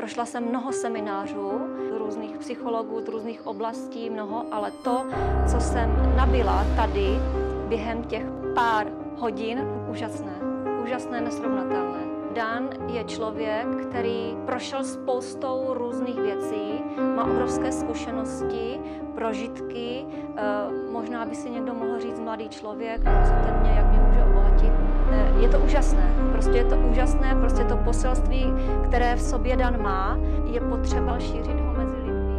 Prošla jsem mnoho seminářů, různých psychologů, z různých oblastí, mnoho, ale to, co jsem nabyla tady během těch pár hodin, úžasné, nesrovnatelné. Dan je člověk, který prošel spoustou různých věcí, má obrovské zkušenosti, prožitky, možná by si někdo mohl říct mladý člověk, co ten mě, jak mě může obohatit. Je to úžasné, prostě to poselství, které v sobě Dan má, je potřeba šířit ho mezi lidmi.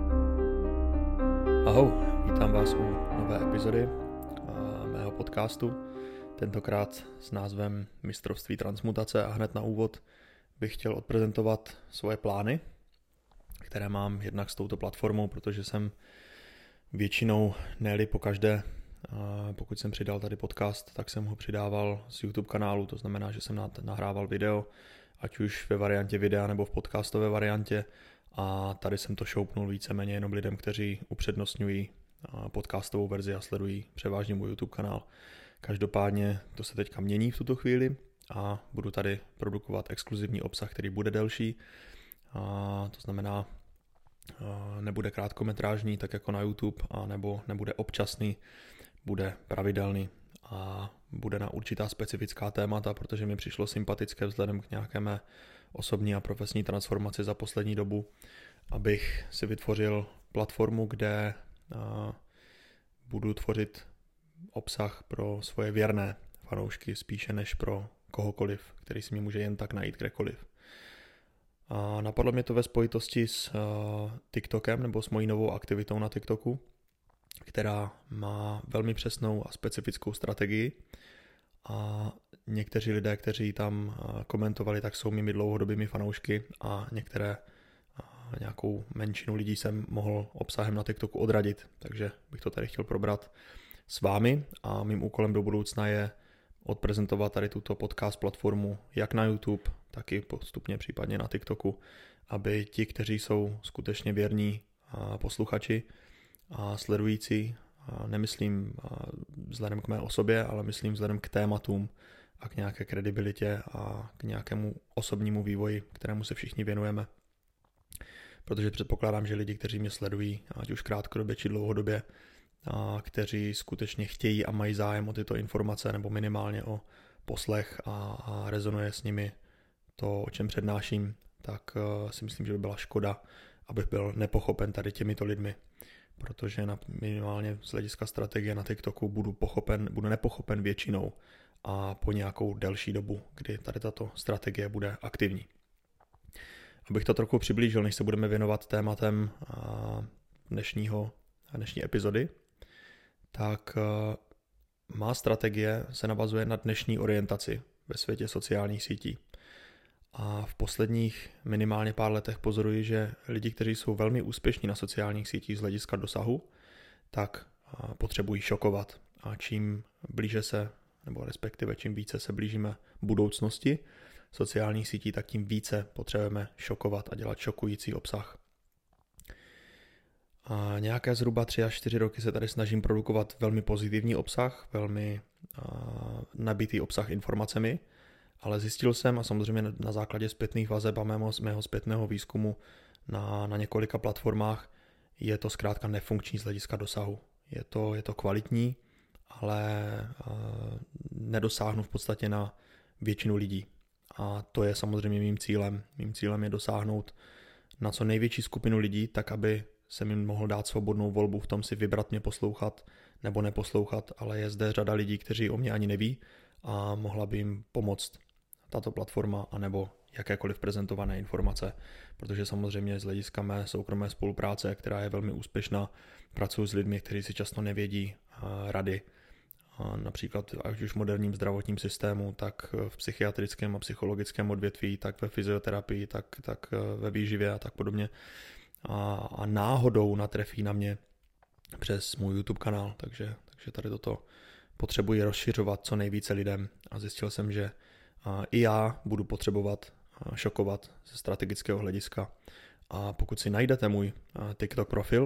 Ahoj, vítám vás u nové epizody mého podcastu, tentokrát s názvem Mistrovství transmutace, a hned na úvod bych chtěl odprezentovat svoje plány, které mám jednak s touto platformou, protože jsem většinou, ne-li pokaždé, pokud jsem přidal tady podcast, tak jsem ho přidával z YouTube kanálu, to znamená, že jsem nahrával video, ať už ve variantě videa nebo v podcastové variantě, a tady jsem to šoupnul víceméně jenom lidem, kteří upřednostňují podcastovou verzi a sledují převážně můj YouTube kanál. Každopádně to se teďka mění v tuto chvíli a budu tady produkovat exkluzivní obsah, který bude delší. To znamená, nebude krátkometrážní, tak jako na YouTube, a nebo nebude občasný, bude pravidelný a bude na určitá specifická témata, protože mi přišlo sympatické vzhledem k nějaké mé osobní a profesní transformaci za poslední dobu, abych si vytvořil platformu, kde budu tvořit obsah pro svoje věrné fanoušky spíše než pro kohokoliv, který si mě může jen tak najít kdekoliv. A napadlo mě to ve spojitosti s TikTokem nebo s mojí novou aktivitou na TikToku, která má velmi přesnou a specifickou strategii, a někteří lidé, kteří tam komentovali, tak jsou mými dlouhodobými fanoušky a nějakou menšinu lidí jsem mohl obsahem na TikToku odradit, takže bych to tady chtěl probrat s vámi, a mým úkolem do budoucna je odprezentovat tady tuto podcast platformu jak na YouTube, tak i postupně případně na TikToku, aby ti, kteří jsou skutečně věrní posluchači a sledující, nemyslím vzhledem k mé osobě, ale myslím vzhledem k tématům a k nějaké kredibilitě a k nějakému osobnímu vývoji, kterému se všichni věnujeme. Protože předpokládám, že lidi, kteří mě sledují, ať už krátkodobě či dlouhodobě, kteří skutečně chtějí a mají zájem o tyto informace nebo minimálně o poslech a rezonuje s nimi to, o čem přednáším, tak si myslím, že by byla škoda, abych byl nepochopen tady těmito lidmi, protože minimálně z hlediska strategie na TikToku budu nepochopen většinou a po nějakou delší dobu, kdy tady tato strategie bude aktivní. Abych to trochu přiblížil, než se budeme věnovat tématem dnešní epizody, tak má strategie se navazuje na dnešní orientaci ve světě sociálních sítí. A v posledních minimálně pár letech pozoruji, že lidi, kteří jsou velmi úspěšní na sociálních sítích z hlediska dosahu, tak potřebují šokovat. A čím blíže se, nebo respektive čím více se blížíme budoucnosti sociálních sítí, tak tím více potřebujeme šokovat a dělat šokující obsah. A nějaké zhruba 3 až 4 roky se tady snažím produkovat velmi pozitivní obsah, velmi nabitý obsah informacemi, ale zjistil jsem, a samozřejmě na základě zpětných vazeb a mého zpětného výzkumu na několika platformách, je to zkrátka nefunkční z hlediska dosahu. Je to kvalitní, ale nedosáhnu v podstatě na většinu lidí. A to je samozřejmě mým cílem. Mým cílem je dosáhnout na co největší skupinu lidí, tak aby jsem jim mohl dát svobodnou volbu v tom si vybrat mě poslouchat nebo neposlouchat, ale je zde řada lidí, kteří o mě ani neví a mohla by jim pomoct tato platforma anebo jakékoliv prezentované informace, protože samozřejmě z hlediska mé soukromé spolupráce, která je velmi úspěšná, pracuji s lidmi, kteří si často nevědí rady, například ať už v moderním zdravotním systému, tak v psychiatrickém a psychologickém odvětví, tak ve fyzioterapii, tak ve výživě a tak podobně. A náhodou natrefí na mě přes můj YouTube kanál, takže tady toto potřebuji rozšiřovat co nejvíce lidem, a zjistil jsem, že i já budu potřebovat šokovat ze strategického hlediska. A pokud si najdete můj TikTok profil,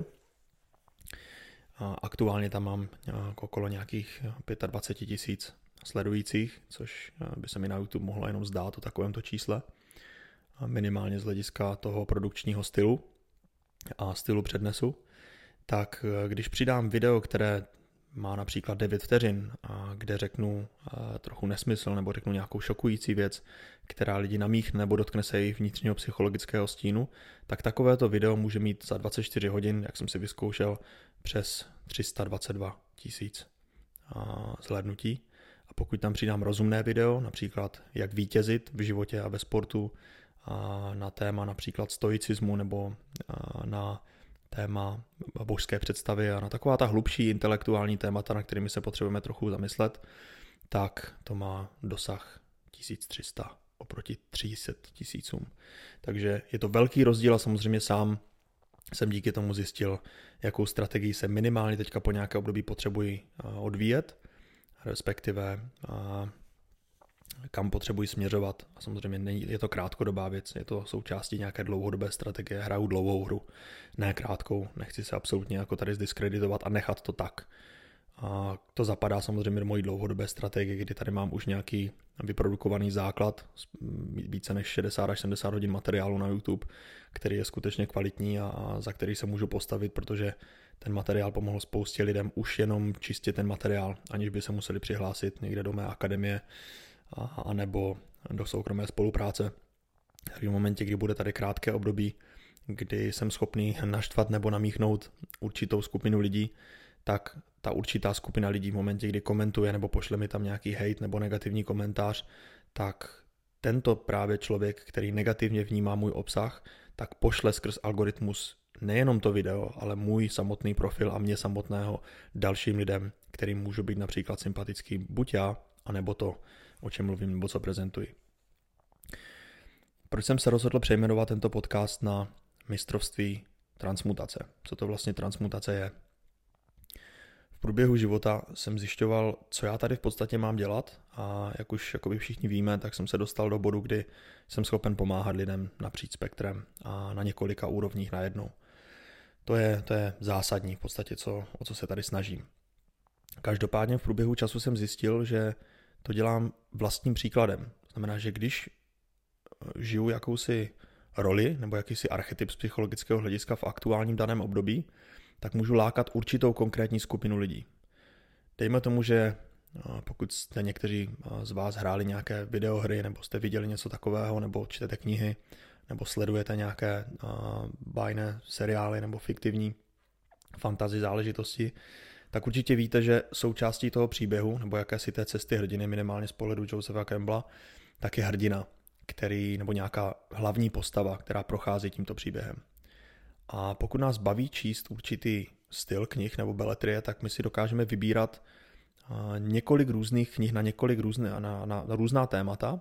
aktuálně tam mám okolo nějakých 25 000 sledujících, což by se mi na YouTube mohlo jenom zdát o takovémto čísle. minimálně z hlediska toho produkčního stylu a stylu přednesu, tak když přidám video, které má například 9 vteřin, a kde řeknu trochu nesmysl nebo řeknu nějakou šokující věc, která lidi namíchne nebo dotkne se jejich vnitřního psychologického stínu, tak takovéto video může mít za 24 hodin, jak jsem si vyzkoušel, přes 322 000 zhlédnutí. A pokud tam přidám rozumné video, například jak vítězit v životě a ve sportu, na téma například stoicismu nebo na téma božské představy a na taková ta hlubší intelektuální témata, na kterými se potřebujeme trochu zamyslet, tak to má dosah 1300 oproti 300 000. Takže je to velký rozdíl a samozřejmě sám jsem díky tomu zjistil, jakou strategii se minimálně teďka po nějaké období potřebuji odvíjet, respektive kam potřebuji směřovat. A samozřejmě je to krátkodobá věc, je to součástí nějaké dlouhodobé strategie, hraju dlouhou hru, ne krátkou, nechci se absolutně jako tady zdiskreditovat a nechat to tak. A to zapadá samozřejmě do mojí dlouhodobé strategie, kdy tady mám už nějaký vyprodukovaný základ, více než 60 až 70 hodin materiálu na YouTube, který je skutečně kvalitní a za který se můžu postavit, protože ten materiál pomohl spoustě lidem, už jenom čistě ten materiál, aniž by se museli přihlásit někde do mé akademie a nebo do soukromé spolupráce. V momentě, kdy bude tady krátké období, kdy jsem schopný naštvat nebo namíchnout určitou skupinu lidí, tak ta určitá skupina lidí v momentě, kdy komentuje nebo pošle mi tam nějaký hejt nebo negativní komentář, tak tento právě člověk, který negativně vnímá můj obsah, tak pošle skrz algoritmus nejenom to video, ale můj samotný profil a mě samotného dalším lidem, kterým můžu být například sympatický buď já, anebo to, o čem mluvím nebo co prezentuji. Proč jsem se rozhodl přejmenovat tento podcast na mistrovství transmutace? Co to vlastně transmutace je? V průběhu života jsem zjišťoval, co já tady v podstatě mám dělat a jak už jakoby všichni víme, tak jsem se dostal do bodu, kdy jsem schopen pomáhat lidem napříč spektrem a na několika úrovních najednou. To je zásadní v podstatě, o co se tady snažím. Každopádně v průběhu času jsem zjistil, že to dělám vlastním příkladem. Znamená, že když žiju jakousi roli nebo jakýsi archetyp z psychologického hlediska v aktuálním daném období, tak můžu lákat určitou konkrétní skupinu lidí. Dejme tomu, že pokud jste někteří z vás hráli nějaké videohry, nebo jste viděli něco takového, nebo čtete knihy, nebo sledujete nějaké bájné seriály nebo fiktivní fantasy záležitosti, tak určitě víte, že součástí toho příběhu, nebo jakési té cesty hrdiny, minimálně z pohledu Josepha Campbella, tak je hrdina, nebo nějaká hlavní postava, která prochází tímto příběhem. A pokud nás baví číst určitý styl knih nebo beletrie, tak my si dokážeme vybírat několik různých knih na různá témata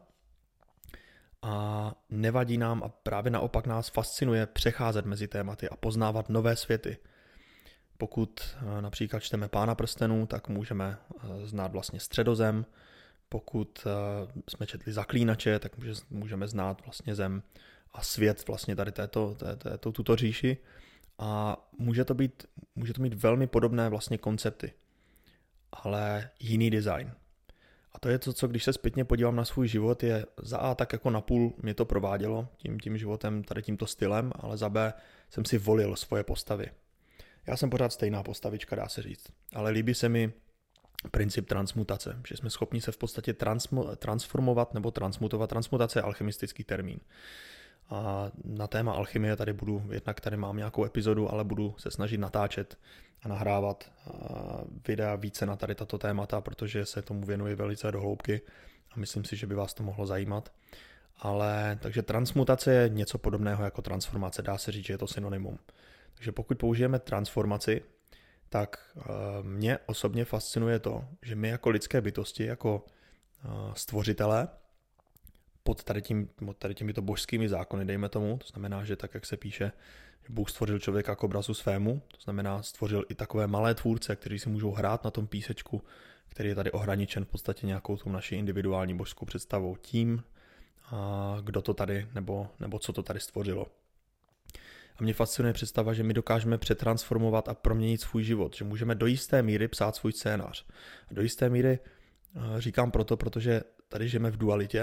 a nevadí nám a právě naopak nás fascinuje přecházet mezi tématy a poznávat nové světy. Pokud například čteme Pána prstenů, tak můžeme znát vlastně Středozem. Pokud jsme četli Zaklínače, tak můžeme znát vlastně Zem a svět vlastně tady tuto říši. A může to mít velmi podobné vlastně koncepty, ale jiný design. A to je to, co když se zpětně podívám na svůj život, je za A tak jako napůl mě to provádělo tím životem, tady tímto stylem, ale za B jsem si volil svoje postavy. Já jsem pořád stejná postavička, dá se říct, ale líbí se mi princip transmutace, že jsme schopni se v podstatě transformovat nebo transmutovat. Transmutace je alchemistický termín. A na téma alchymie tady mám nějakou epizodu, ale budu se snažit natáčet a nahrávat videa více na tady tato témata, protože se tomu věnuji velice do hloubky a myslím si, že by vás to mohlo zajímat. Takže transmutace je něco podobného jako transformace, dá se říct, že je to synonymum. Takže pokud použijeme transformaci, tak mě osobně fascinuje to, že my jako lidské bytosti, jako stvořitelé, pod tady těmito božskými zákony, dejme tomu, to znamená, že tak, jak se píše, že Bůh stvořil člověka k obrazu svému, to znamená, stvořil i takové malé tvůrce, kteří si můžou hrát na tom písečku, který je tady ohraničen v podstatě nějakou tu naší individuální božskou představou tím, kdo to tady, nebo co to tady stvořilo. A mě fascinuje představa, že my dokážeme přetransformovat a proměnit svůj život, že můžeme do jisté míry psát svůj scénář. A do jisté míry říkám protože tady žijeme v dualitě a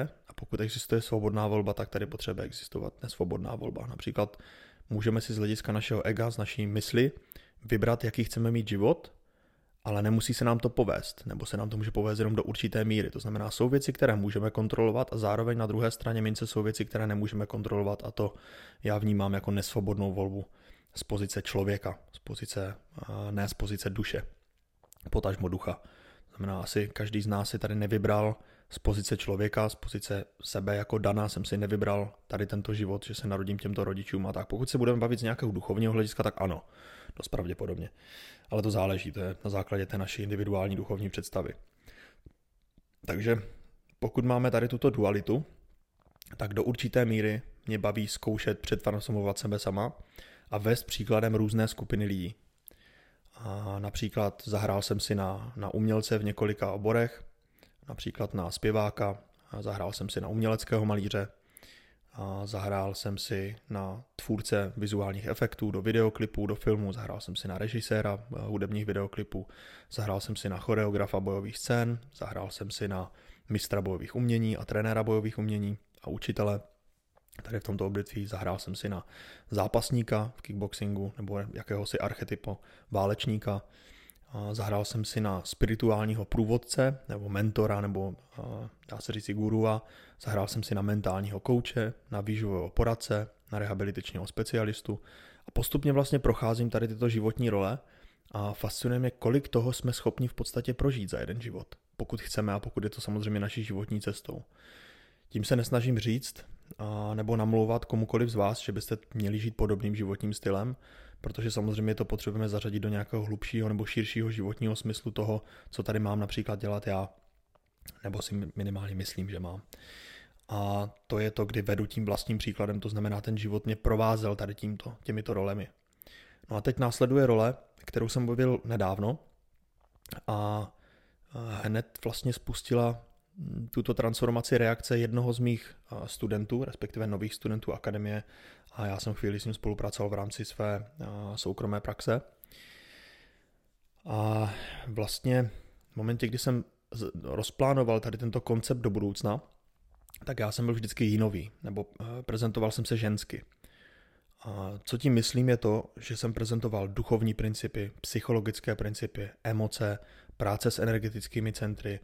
pokud existuje svobodná volba, tak tady potřebuje existovat nesvobodná volba. Například můžeme si z hlediska našeho ega, z naší mysli vybrat, jaký chceme mít život, ale nemusí se nám to povést, nebo se nám to může povést jenom do určité míry. To znamená, jsou věci, které můžeme kontrolovat a zároveň na druhé straně mince jsou věci, které nemůžeme kontrolovat a to já vnímám jako nesvobodnou volbu z pozice člověka, ne z pozice duše, potažmo ducha. To znamená, asi každý z nás si tady nevybral z pozice člověka, z pozice sebe jako Dana jsem si nevybral tady tento život, že se narodím těmto rodičům a tak. Pokud se budeme bavit z nějakého duchovního hlediska, tak ano, dost pravděpodobně. Ale to záleží, to je na základě té naší individuální duchovní představy. Takže pokud máme tady tuto dualitu, tak do určité míry mě baví zkoušet přetransformovat sebe sama a vést příkladem různé skupiny lidí. A například zahrál jsem si na umělce v několika oborech, například na zpěváka, zahrál jsem si na uměleckého malíře, a zahrál jsem si na tvůrce vizuálních efektů do videoklipů, do filmů, zahrál jsem si na režiséra hudebních videoklipů, zahrál jsem si na choreografa bojových scén, zahrál jsem si na mistra bojových umění a trenéra bojových umění a učitele. Tady v tomto odvětví zahrál jsem si na zápasníka v kickboxingu nebo jakéhosi archetypu válečníka. Zahrál jsem si na spirituálního průvodce nebo mentora nebo dá se říct i gurua. Zahrál jsem si na mentálního kouče, na výživového poradce, na rehabilitačního specialistu a postupně vlastně procházím tady tyto životní role a fascinuje mě, kolik toho jsme schopni v podstatě prožít za jeden život, pokud chceme a pokud je to samozřejmě naší životní cestou. Tím se nesnažím říct nebo namlouvat komukoliv z vás, že byste měli žít podobným životním stylem, protože samozřejmě to potřebujeme zařadit do nějakého hlubšího nebo širšího životního smyslu toho, co tady mám například dělat já, nebo si minimálně myslím, že mám. A to je to, kdy vedu tím vlastním příkladem, to znamená, ten život mě provázel tady těmito rolemi. No a teď následuje role, kterou jsem objevil nedávno a hned vlastně spustila tuto transformaci reakce jednoho z mých studentů, respektive nových studentů akademie a já jsem chvíli s ním spolupracoval v rámci své soukromé praxe. A vlastně v momentě, kdy jsem rozplánoval tady tento koncept do budoucna, tak já jsem byl vždycky jinový, nebo prezentoval jsem se žensky. A co tím myslím je to, že jsem prezentoval duchovní principy, psychologické principy, emoce, práce s energetickými centry,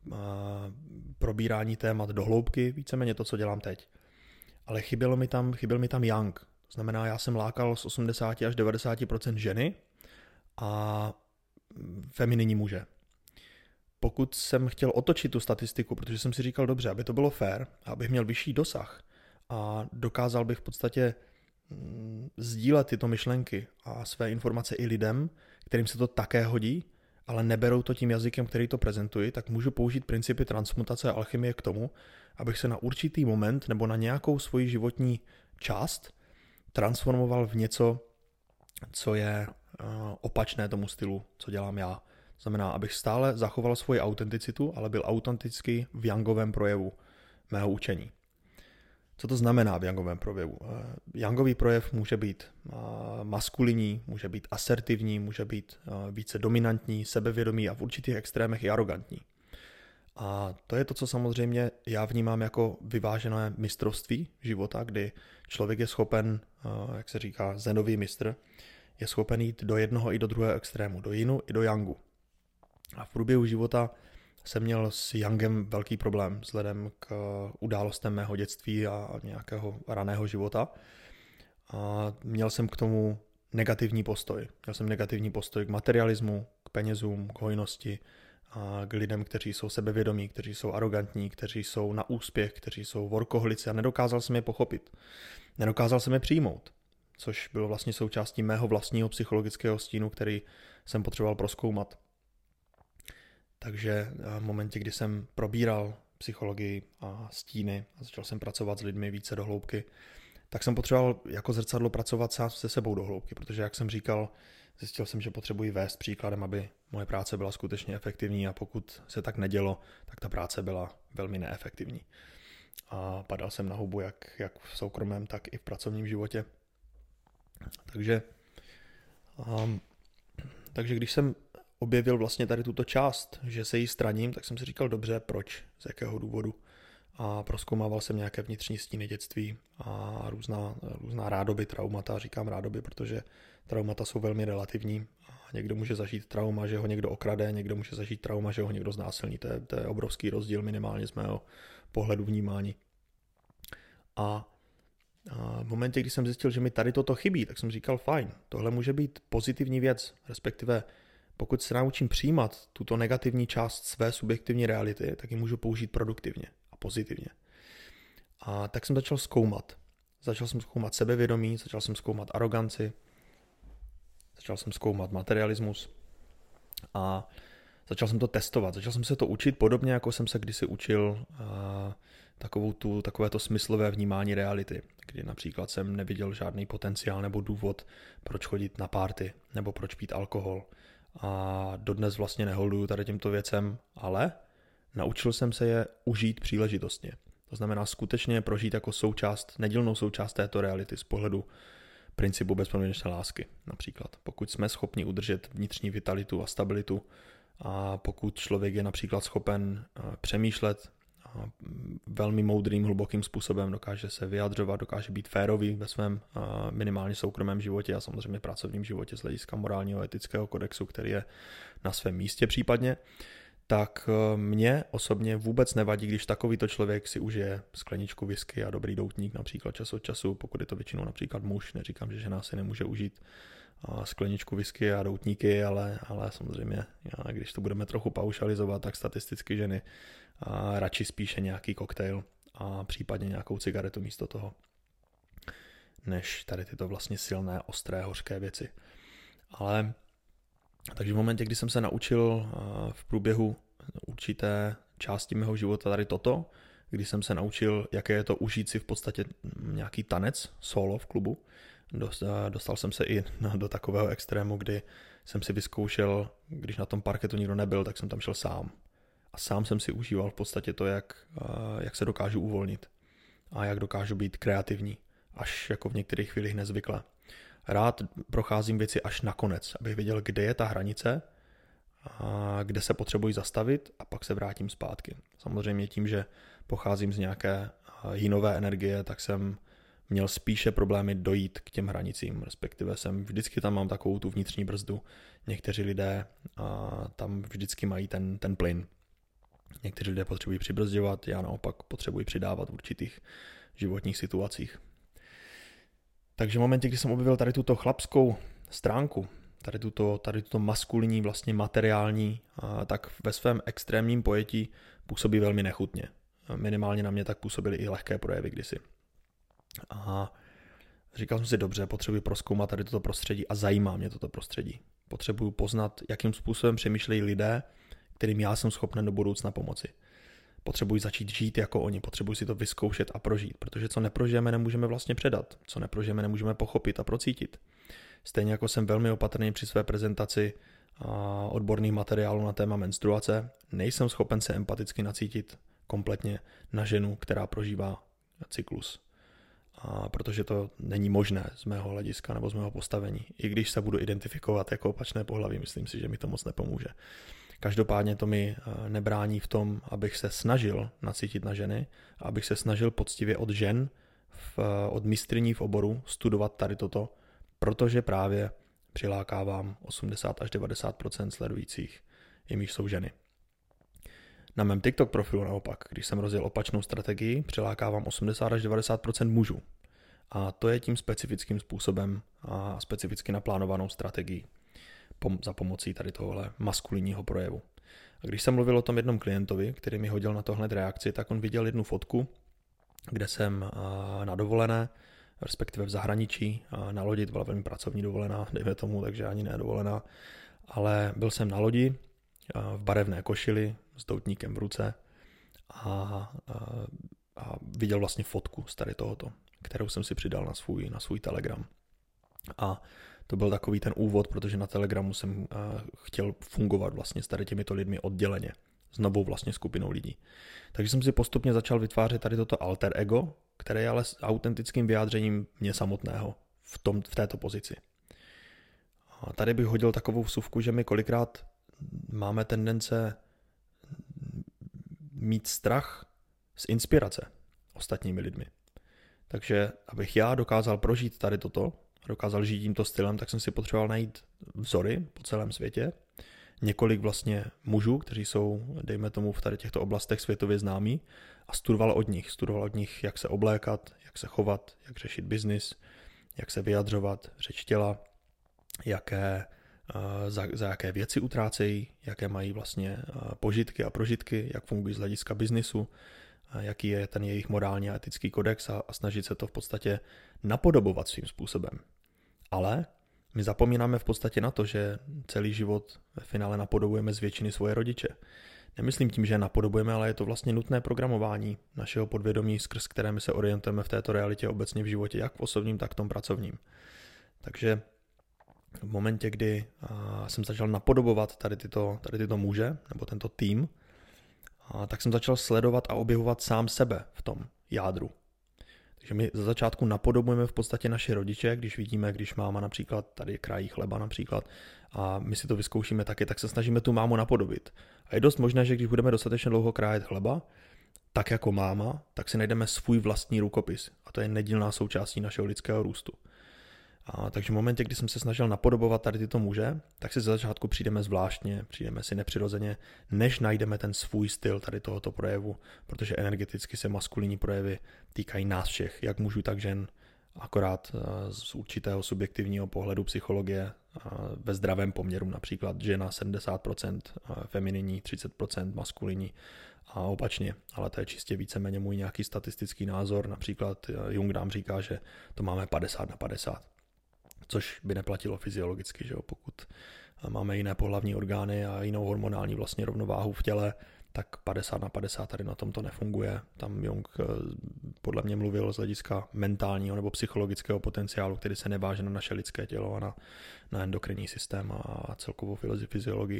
probírání témat do hloubky, víceméně to, co dělám teď. Ale chyběl mi tam yang. To znamená, já jsem lákal z 80 až 90% ženy a femininní muže. Pokud jsem chtěl otočit tu statistiku, protože jsem si říkal dobře, aby to bylo fair, abych měl vyšší dosah a dokázal bych v podstatě sdílet tyto myšlenky a své informace i lidem, kterým se to také hodí, ale neberou to tím jazykem, který to prezentuji, tak můžu použít principy transmutace a alchymie k tomu, abych se na určitý moment nebo na nějakou svoji životní část transformoval v něco, co je opačné tomu stylu, co dělám já. To znamená, abych stále zachoval svoji autenticitu, ale byl autentický v yangovém projevu mého učení. Co to znamená v yangovém projevu? Yangový projev může být maskulinní, může být asertivní, může být více dominantní, sebevědomý a v určitých extrémech i arrogantní. A to je to, co samozřejmě já vnímám jako vyvážené mistrovství života, kdy člověk je schopen, jak se říká, zenový mistr, je schopen jít do jednoho i do druhého extrému, do jinu i do yangu. A v průběhu života jsem měl s yangem velký problém vzhledem k událostem mého dětství a nějakého raného života. A měl jsem k tomu negativní postoj. Měl jsem negativní postoj k materialismu, k penězům, k hojnosti, a k lidem, kteří jsou sebevědomí, kteří jsou arrogantní, kteří jsou na úspěch, kteří jsou workoholici a nedokázal jsem je pochopit. Nedokázal jsem je přijmout, což bylo vlastně součástí mého vlastního psychologického stínu, který jsem potřeboval prozkoumat. Takže v momentě, kdy jsem probíral psychologii a stíny a začal jsem pracovat s lidmi více do hloubky, tak jsem potřeboval jako zrcadlo pracovat sám se sebou do hloubky, protože jak jsem říkal, zjistil jsem, že potřebuji vést příkladem, aby moje práce byla skutečně efektivní a pokud se tak nedělo, tak ta práce byla velmi neefektivní. A padal jsem na hubu jak v soukromém, tak i v pracovním životě. Takže když jsem objevil vlastně tady tuto část, že se jí straním, tak jsem si říkal dobře, proč, z jakého důvodu. a prozkoumával jsem nějaké vnitřní stíny dětství a různá rádoby, traumata. Říkám rádoby, protože traumata jsou velmi relativní. Někdo může zažít trauma, že ho někdo okrade, někdo může zažít trauma, že ho někdo znásilní. To je obrovský rozdíl minimálně z mého pohledu vnímání. A v momentě, kdy jsem zjistil, že mi tady toto chybí, tak jsem říkal, fajn, tohle může být pozitivní věc, respektive pokud se naučím přijímat tuto negativní část své subjektivní reality, tak ji můžu použít produktivně a pozitivně. A tak jsem začal zkoumat. Začal jsem zkoumat sebevědomí, začal jsem zkoumat aroganci, začal jsem zkoumat materialismus a začal jsem to testovat. Začal jsem se to učit podobně, jako jsem se kdysi učil takové to smyslové vnímání reality, kdy například jsem neviděl žádný potenciál nebo důvod, proč chodit na party nebo proč pít alkohol. A dodnes vlastně neholduju tady těmto věcem, ale naučil jsem se je užít příležitostně. To znamená skutečně je prožít jako nedílnou součást této reality z pohledu principu bezpodmínečné lásky. Například pokud jsme schopni udržet vnitřní vitalitu a stabilitu a pokud člověk je například schopen přemýšlet velmi moudrým, hlubokým způsobem, dokáže se vyjadřovat, dokáže být férový ve svém minimálně soukromém životě a samozřejmě pracovním životě z hlediska morálního etického kodexu, který je na svém místě případně, tak mně osobně vůbec nevadí, když takovýto člověk si užije skleničku whisky a dobrý doutník například čas od času, pokud je to většinou například muž, neříkám, že žena si nemůže užít skleničku whisky a doutníky, ale samozřejmě, když to budeme trochu paušalizovat, tak statisticky ženy radši spíše nějaký koktejl a případně nějakou cigaretu místo toho, než tady tyto vlastně silné, ostré, hořké věci. Takže v momentě, kdy jsem se naučil v průběhu určité části mého života tady toto, kdy jsem se naučil, jaké je to užít si v podstatě nějaký tanec solo v klubu, dostal jsem se i do takového extrému, kdy jsem si vyzkoušel, když na tom parketu nikdo nebyl, tak jsem tam šel sám. A sám jsem si užíval v podstatě to, jak se dokážu uvolnit a jak dokážu být kreativní, až jako v některých chvílích nezvykle. Rád procházím věci až nakonec, abych věděl, kde je ta hranice, a kde se potřebuji zastavit a pak se vrátím zpátky. Samozřejmě tím, že pocházím z nějaké jinové energie, tak jsem měl spíše problémy dojít k těm hranicím, respektive vždycky tam mám takovou tu vnitřní brzdu. Někteří lidé tam vždycky mají ten plyn. Někteří lidé potřebují přibrzďovat, já naopak potřebuji přidávat v určitých životních situacích. Takže v momentě, kdy jsem objevil tady tuto chlapskou stránku, tady tuto maskulinní, vlastně materiální, tak ve svém extrémním pojetí působí velmi nechutně. Minimálně na mě tak působily i lehké projevy kdysi. A říkal jsem si, dobře, potřebuji prozkoumat tady toto prostředí a zajímá mě toto prostředí. Potřebuji poznat, jakým způsobem přemýšlejí lidé, kterým já jsem schopen do budoucna pomoci. Potřebuji začít žít jako oni, potřebuji si to vyzkoušet a prožít, protože co neprožijeme, nemůžeme vlastně předat, co neprožijeme, nemůžeme pochopit a procítit. Stejně jako jsem velmi opatrný při své prezentaci odborných materiálů na téma menstruace, nejsem schopen se empaticky nacítit kompletně na ženu, která prožívá cyklus. Protože to není možné z mého hlediska nebo z mého postavení. I když se budu identifikovat jako opačné pohlaví, myslím si, že mi to moc nepomůže. Každopádně to mi nebrání v tom, abych se snažil nacítit na ženy, abych se snažil poctivě od žen, od mistryní v oboru studovat tady toto, protože právě přilákávám 80 až 90% sledujících, jimiž jsou ženy. Na mém TikTok profilu naopak, když jsem rozjel opačnou strategii, přilákávám 80 až 90% mužů. A to je tím specifickým způsobem a specificky naplánovanou strategií za pomocí tady tohohle maskulinního projevu. A když jsem mluvil o tom jednom klientovi, který mi hodil na to hned reakci, tak on viděl jednu fotku, kde jsem na dovolené, respektive v zahraničí, na lodi, to byla velmi pracovní dovolená, dejme tomu, takže ani ne dovolená, ale byl jsem na lodi v barevné košili s doutníkem v ruce a viděl vlastně fotku z tady tohoto, kterou jsem si přidal na svůj Telegram. A to byl takový ten úvod, protože na Telegramu jsem chtěl fungovat vlastně s tady těmito lidmi odděleně, s novou vlastně skupinou lidí. Takže jsem si postupně začal vytvářet tady toto alter ego, které je ale s autentickým vyjádřením mě samotného v této pozici. A tady bych hodil takovou vsuvku, že my kolikrát máme tendence mít strach z inspirace ostatními lidmi. Takže abych já dokázal prožít tady toto, dokázal žít tímto stylem, tak jsem si potřeboval najít vzory po celém světě. Několik vlastně mužů, kteří jsou, dejme tomu, v tady těchto oblastech světově známí a studoval od nich, jak se oblékat, jak se chovat, jak řešit biznis, jak se vyjadřovat, řeč těla, za jaké věci utrácejí, jaké mají vlastně požitky a prožitky, jak fungují z hlediska biznisu, jaký je ten jejich morální a etický kodex a snažit se to v podstatě napodobovat svým způsobem. Ale my zapomínáme v podstatě na to, že celý život ve finále napodobujeme z většiny svoje rodiče. Nemyslím tím, že je napodobujeme, ale je to vlastně nutné programování našeho podvědomí, skrz které my se orientujeme v této realitě obecně v životě, jak v osobním, tak v tom pracovním. Takže v momentě, kdy jsem začal napodobovat tady tyto muže, nebo tento tým, tak jsem začal sledovat a objevovat sám sebe v tom jádru. Takže my za začátku napodobujeme v podstatě naše rodiče, když vidíme, když máma například tady krájí chleba například a my si to vyzkoušíme taky, tak se snažíme tu mámu napodobit. A je dost možné, že když budeme dostatečně dlouho krájet chleba, tak jako máma, tak si najdeme svůj vlastní rukopis. A to je nedílná součástí našeho lidského růstu. Takže v momentě, kdy jsem se snažil napodobovat tady tyto muže, tak si za začátku přijdeme zvláštně, přijdeme si nepřirozeně, než najdeme ten svůj styl tady tohoto projevu, protože energeticky se maskulinní projevy týkají nás všech, jak mužů, tak žen, akorát z určitého subjektivního pohledu psychologie ve zdravém poměru, například žena 70% femininní, 30% maskulinní a opačně, ale to je čistě víceméně můj nějaký statistický názor, například Jung nám říká, že to máme 50/50. Což by neplatilo fyziologicky, že jo? Pokud máme jiné pohlavní orgány a jinou hormonální vlastně rovnováhu v těle, tak 50/50 tady na tom to nefunguje. Tam Jung podle mě mluvil z hlediska mentálního nebo psychologického potenciálu, který se neváže na naše lidské tělo a na endokrinní systém a celkovou fyziologii.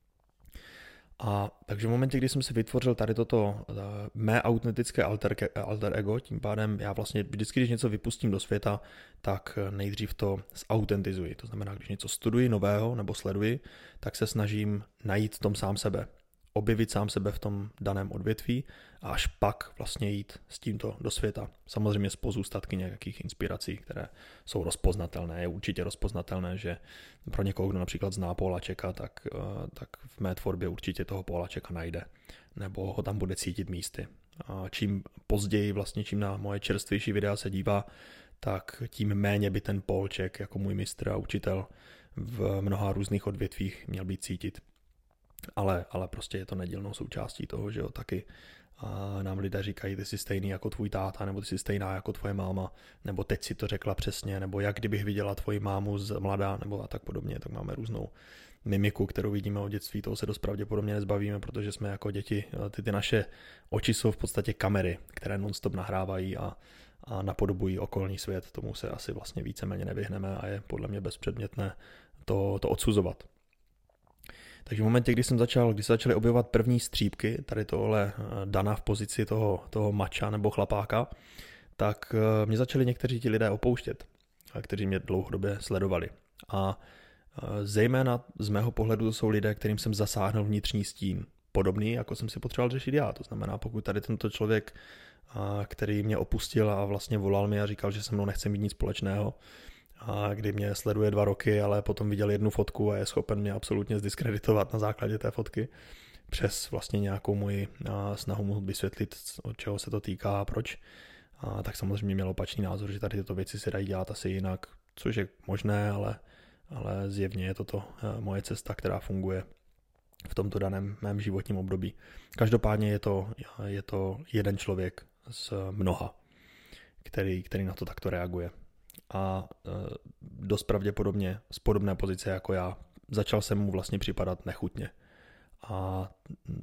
A takže v momentě, kdy jsem si vytvořil tady toto mé autentické alter ego, tím pádem já vlastně vždycky, když něco vypustím do světa, tak nejdřív to zautentizuji. To znamená, když něco studuji nového nebo sleduji, tak se snažím najít v tom sám sebe, objevit sám sebe v tom daném odvětví a až pak vlastně jít s tímto do světa. Samozřejmě s pozůstatky nějakých inspirací, které jsou rozpoznatelné. Je určitě rozpoznatelné, že pro někoho, kdo například zná Poláčeka, tak v mé tvorbě určitě toho Poláčeka najde. Nebo ho tam bude cítit místy. A čím později vlastně, čím na moje čerstvější videa se dívá, tak tím méně by ten Polček jako můj mistr a učitel v mnoha různých odvětvích měl být cítit. Ale prostě je to nedílnou součástí toho, že jo, taky nám lidé říkají, ty jsi stejný jako tvůj táta, nebo ty jsi stejná jako tvoje máma, nebo teď si to řekla přesně, nebo jak kdybych viděla tvoji mámu z mladá, nebo a tak podobně, tak máme různou mimiku, kterou vidíme od dětství, toho se dost pravděpodobně nezbavíme, protože jsme jako děti, ty naše oči jsou v podstatě kamery, které non-stop nahrávají a napodobují okolní svět, tomu se asi vlastně víceméně nevyhneme a je podle mě bezpředmětné to odsuzovat. Takže v momentě, kdy se začaly objevovat první střípky, tady tohle Dana v pozici toho mača nebo chlapáka, tak mě začali někteří ti lidé opouštět, kteří mě dlouhodobě sledovali. A zejména z mého pohledu to jsou lidé, kterým jsem zasáhnul vnitřní stín. Podobný, jako jsem si potřeboval řešit já. To znamená, pokud tady tento člověk, který mě opustil a vlastně volal mi a říkal, že se mnou nechce mít nic společného, a kdy mě sleduje 2 roky, ale potom viděl jednu fotku a je schopen mě absolutně zdiskreditovat na základě té fotky přes vlastně nějakou moji snahu mu vysvětlit, od čeho se to týká a proč, tak samozřejmě měl opačný názor, že tady tyto věci se dají dělat asi jinak, což je možné, ale zjevně je toto moje cesta, která funguje v tomto daném mém životním období. Každopádně je to jeden člověk z mnoha, který na to takto reaguje. A dost pravděpodobně z podobné pozice jako já. Začal jsem mu vlastně připadat nechutně. A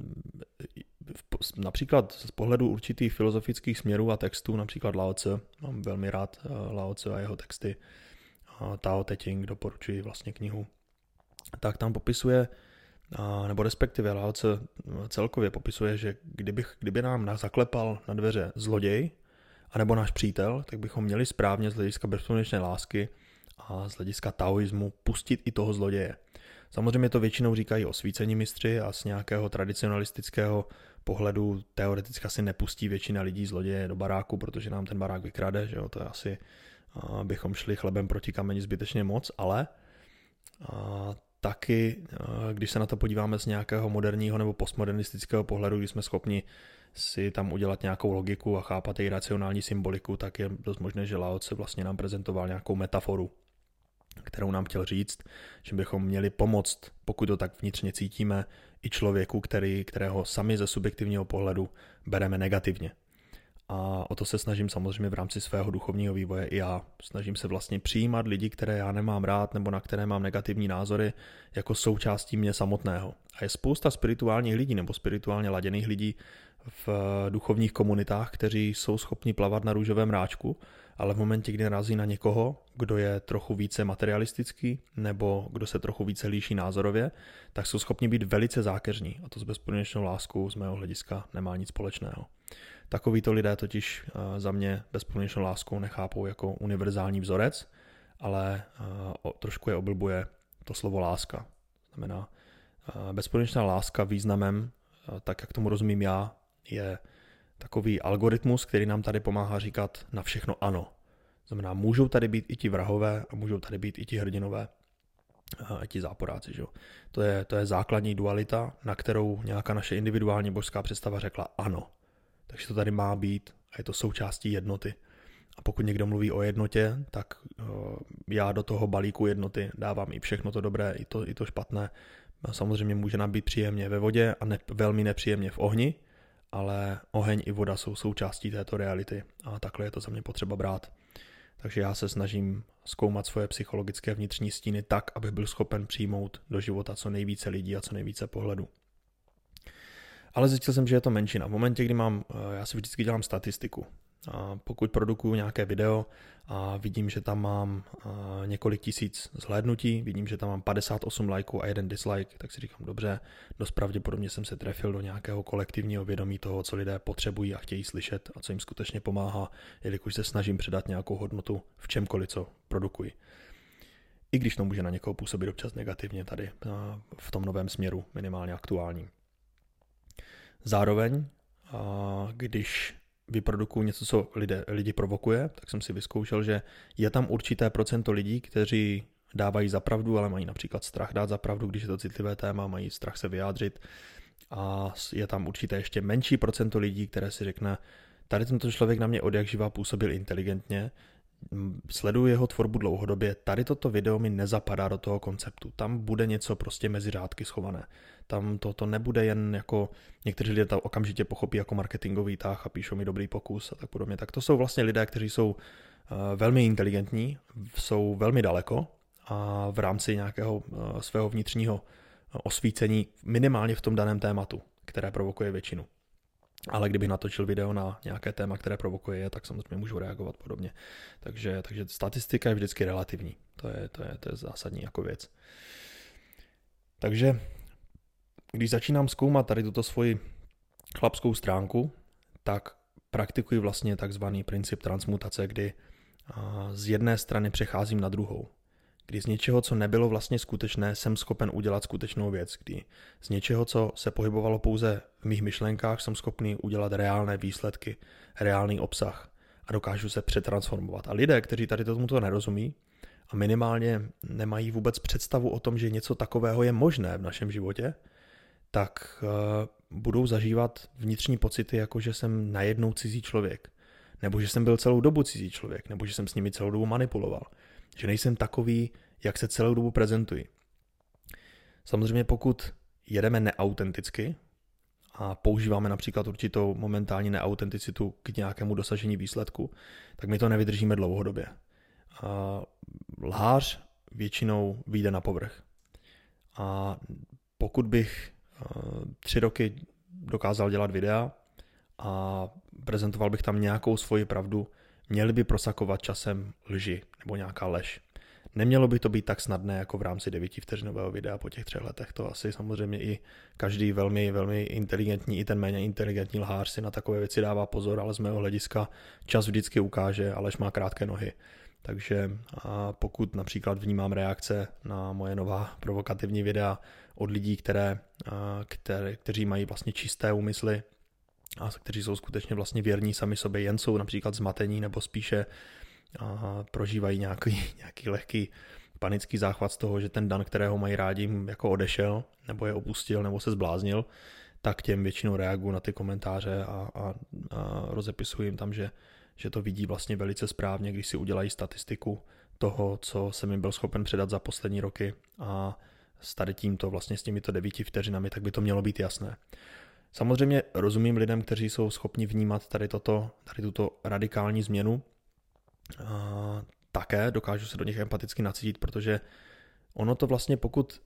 například z pohledu určitých filozofických směrů a textů, například Lao Tse, mám velmi rád Lao Tse a jeho texty, Tao Te Ching, doporučuji vlastně knihu, tak tam popisuje, nebo respektive Lao Tse celkově popisuje, že kdyby nám zaklepal na dveře zloděj, anebo náš přítel, tak bychom měli správně z hlediska bezpodmínečné lásky a z hlediska taoismu pustit i toho zloděje. Samozřejmě to většinou říkají osvícení mistři a z nějakého tradicionalistického pohledu teoreticky asi nepustí většina lidí zloděje do baráku, protože nám ten barák vykrade, že jo, to je asi, bychom šli chlebem proti kameni zbytečně moc, ale taky, když se na to podíváme z nějakého moderního nebo postmodernistického pohledu, kdy jsme schopni si tam udělat nějakou logiku a chápat její racionální symboliku, tak je dost možné, že Lao Tse vlastně nám prezentoval nějakou metaforu, kterou nám chtěl říct, že bychom měli pomoct, pokud to tak vnitřně cítíme, i člověku, kterého sami ze subjektivního pohledu bereme negativně. A o to se snažím samozřejmě v rámci svého duchovního vývoje i já. Snažím se vlastně přijímat lidi, které já nemám rád nebo na které mám negativní názory, jako součástí mě samotného. A je spousta spirituálních lidí nebo spirituálně laděných lidí v duchovních komunitách, kteří jsou schopni plavat na růžovém ráčku, ale v momentě, kdy narazí na někoho, kdo je trochu více materialistický nebo kdo se trochu více líší názorově, tak jsou schopni být velice zákeřní. A to s bezpodmínečnou láskou z mého hlediska nemá nic společného. Takovýto lidé totiž za mě bezpodmínečnou láskou nechápou jako univerzální vzorec, ale trošku je oblbuje to slovo láska. Znamená, bezpodmínečná láska významem, tak jak tomu rozumím já, je takový algoritmus, který nám tady pomáhá říkat na všechno ano. Znamená, můžou tady být i ti vrahové a můžou tady být i ti hrdinové a ti záporáci. Že? To je základní dualita, na kterou nějaká naše individuální božská představa řekla ano. Takže to tady má být a je to součástí jednoty. A pokud někdo mluví o jednotě, tak já do toho balíku jednoty dávám i všechno to dobré, i to špatné. Samozřejmě může nám být příjemně ve vodě a velmi nepříjemně v ohni, ale oheň i voda jsou součástí této reality a takhle je to za mě potřeba brát. Takže já se snažím zkoumat svoje psychologické vnitřní stíny tak, abych byl schopen přijmout do života co nejvíce lidí a co nejvíce pohledů. Ale zjistil jsem, že je to menšina. V momentě, kdy já si vždycky dělám statistiku. A pokud produkuju nějaké video a vidím, že tam mám několik tisíc zhlédnutí, vidím, že tam mám 58 lajků a 1 dislike, tak si říkám, dobře, dost pravděpodobně jsem se trefil do nějakého kolektivního vědomí toho, co lidé potřebují a chtějí slyšet a co jim skutečně pomáhá, jelikož se snažím předat nějakou hodnotu v čemkoliv, co produkuji. I když to může na někoho působit občas negativně tady v tom novém směru, minimálně aktuální. Zároveň, když vyprodukuju něco, co lidi provokuje, tak jsem si vyzkoušel, že je tam určité procento lidí, kteří dávají za pravdu, ale mají například strach dát za pravdu, když je to citlivé téma, mají strach se vyjádřit. A je tam určité ještě menší procento lidí, které si řekne, tady tento člověk na mě odjakživa působil inteligentně, sleduju jeho tvorbu dlouhodobě, tady toto video mi nezapadá do toho konceptu, tam bude něco prostě mezi řádky schované. Tam to nebude jen jako, někteří lidé to okamžitě pochopí jako marketingový tah a píšou mi dobrý pokus a tak podobně. Tak to jsou vlastně lidé, kteří jsou velmi inteligentní, jsou velmi daleko a v rámci nějakého svého vnitřního osvícení minimálně v tom daném tématu, které provokuje většinu. Ale kdybych natočil video na nějaké téma, které provokuje, tak samozřejmě můžu reagovat podobně. Takže statistika je vždycky relativní. To je zásadní jako věc. Takže když začínám zkoumat tady tuto svoji chlapskou stránku, tak praktikuji vlastně takzvaný princip transmutace, kdy z jedné strany přecházím na druhou. Kdy z něčeho, co nebylo vlastně skutečné, jsem schopen udělat skutečnou věc. Kdy z něčeho, co se pohybovalo pouze v mých myšlenkách, jsem schopný udělat reálné výsledky, reálný obsah a dokážu se přetransformovat. A lidé, kteří tady tomuto nerozumí a minimálně nemají vůbec představu o tom, že něco takového je možné v našem životě, tak budou zažívat vnitřní pocity, jako že jsem najednou cizí člověk, nebo že jsem byl celou dobu cizí člověk, nebo že jsem s nimi celou dobu manipuloval. Že nejsem takový, jak se celou dobu prezentuji. Samozřejmě pokud jedeme neautenticky a používáme například určitou momentální neautenticitu k nějakému dosažení výsledku, tak my to nevydržíme dlouhodobě. Lhář většinou vyjde na povrch. A pokud bych 3 roky dokázal dělat videa a prezentoval bych tam nějakou svoji pravdu, měli by prosakovat časem lži nebo nějaká lež. Nemělo by to být tak snadné jako v rámci 9vteřinového videa po těch 3 letech. To asi samozřejmě i každý velmi, velmi inteligentní, i ten méně inteligentní lhář si na takové věci dává pozor, ale z mého hlediska čas vždycky ukáže, a lež má krátké nohy. Takže pokud například vnímám reakce na moje nová provokativní videa od lidí, kteří mají vlastně čisté úmysly, a kteří jsou skutečně vlastně věrní sami sobě, jen jsou například zmatení nebo spíše prožívají nějaký lehký panický záchvat z toho, že ten Dan, kterého mají rádi, jim jako odešel, nebo je opustil, nebo se zbláznil, tak těm většinou reagují na ty komentáře a rozepisují jim tam, že to vidí vlastně velice správně, když si udělají statistiku toho, co jsem jim byl schopen předat za poslední roky a s tady tímto vlastně s těmito 9 vteřinami, tak by to mělo být jasné. Samozřejmě rozumím lidem, kteří jsou schopni vnímat tady tuto radikální změnu. Také dokážu se do nich empaticky nacítit, protože ono to vlastně, pokud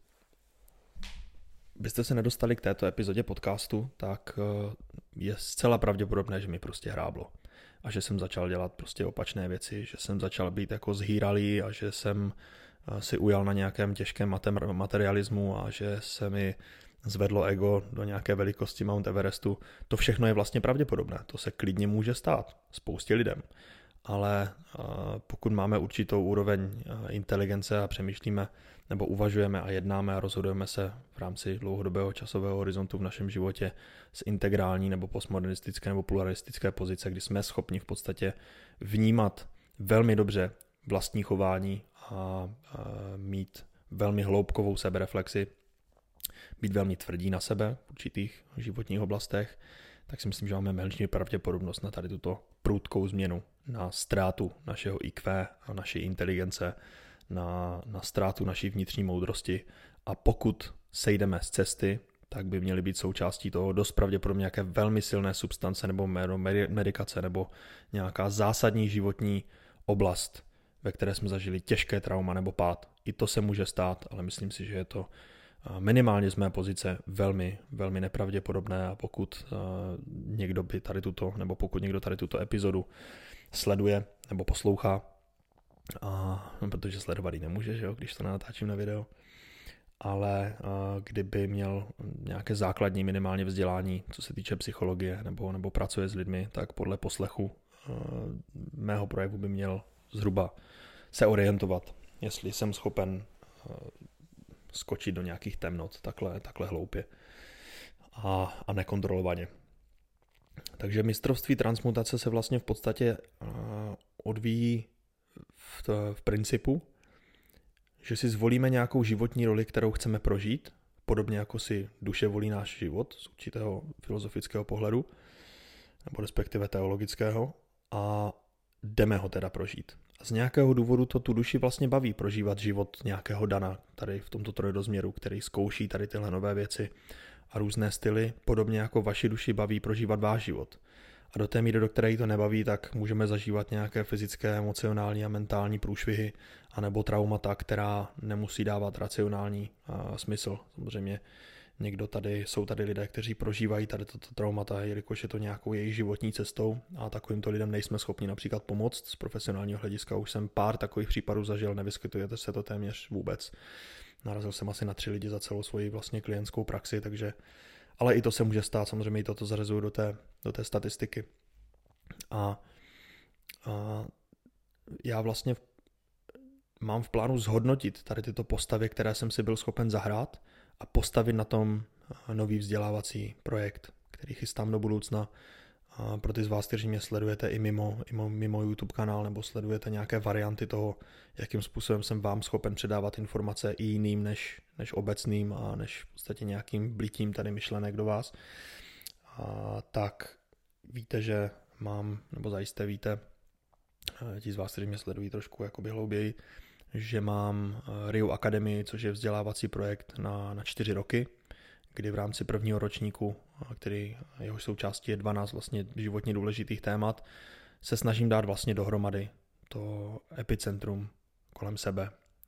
byste se nedostali k této epizodě podcastu, tak je zcela pravděpodobné, že mi prostě hráblo. A že jsem začal dělat prostě opačné věci, že jsem začal být jako zhýralý a že jsem si ujal na nějakém těžkém materialismu a že se mi zvedlo ego do nějaké velikosti Mount Everestu. To všechno je vlastně pravděpodobné. To se klidně může stát spoustě lidem. Ale pokud máme určitou úroveň inteligence a přemýšlíme nebo uvažujeme a jednáme a rozhodujeme se v rámci dlouhodobého časového horizontu v našem životě z integrální nebo postmodernistické nebo pluralistické pozice, kdy jsme schopni v podstatě vnímat velmi dobře vlastní chování a mít velmi hloubkovou sebereflexi, být velmi tvrdí na sebe v určitých životních oblastech, tak si myslím, že máme menší pravděpodobnost na tady tuto prudkou změnu, na ztrátu našeho IQ a naší inteligence, na ztrátu naší vnitřní moudrosti. A pokud sejdeme z cesty, tak by měly být součástí toho dost pravděpodobně nějaké velmi silné substance nebo medikace nebo nějaká zásadní životní oblast, ve které jsme zažili těžké trauma nebo pád. I to se může stát, ale myslím si, že je to minimálně z mé pozice velmi, velmi nepravděpodobné a pokud někdo by tady tuto, nebo pokud někdo tady tuto epizodu sleduje nebo poslouchá, protože sledovat ji nemůže, že jo, když to natáčím na video, ale kdyby měl nějaké základní minimálně vzdělání, co se týče psychologie nebo pracuje s lidmi, tak podle poslechu mého projevu by měl zhruba se orientovat, jestli jsem schopen skočit do nějakých temnot takhle hloupě a nekontrolovaně. Takže mistrovství transmutace se vlastně v podstatě odvíjí v principu, že si zvolíme nějakou životní roli, kterou chceme prožít, podobně jako si duše volí náš život z určitého filozofického pohledu, nebo respektive teologického, a jdeme ho teda prožít. A z nějakého důvodu to tu duši vlastně baví prožívat život nějakého Dana tady v tomto trojrozměru, který zkouší tady tyhle nové věci a různé styly, podobně jako vaši duši baví prožívat váš život. A do té míry, do které jí to nebaví, tak můžeme zažívat nějaké fyzické, emocionální a mentální průšvihy anebo traumata, která nemusí dávat racionální smysl. Samozřejmě jsou tady lidé, kteří prožívají tady toto traumata, jelikož je to nějakou jejich životní cestou a takovýmto lidem nejsme schopni například pomoct. Z profesionálního hlediska už jsem pár takových případů zažil, nevyskytujete se to téměř vůbec. Narazil jsem asi na 3 lidi za celou svoji vlastně klientskou praxi, ale i to se může stát, samozřejmě i toto zařazuju do té statistiky. A já vlastně mám v plánu zhodnotit tady tyto postavy, které jsem si byl schopen zahrát a postavit na tom nový vzdělávací projekt, který chystám do budoucna. A pro ty z vás, kteří mě sledujete i mimo YouTube kanál nebo sledujete nějaké varianty toho, jakým způsobem jsem vám schopen předávat informace i jiným než obecným a než v podstatě nějakým blitím tady myšlenek do vás, tak víte, že mám, nebo zajisté víte, ti z vás, kteří mě sledují trošku jakoby hlouběji, že mám Rio Academy, což je vzdělávací projekt na 4 roky, kdy v rámci prvního ročníku, jehož součástí je 12 vlastně životně důležitých témat, se snažím dát vlastně dohromady to epicentrum kolem sebe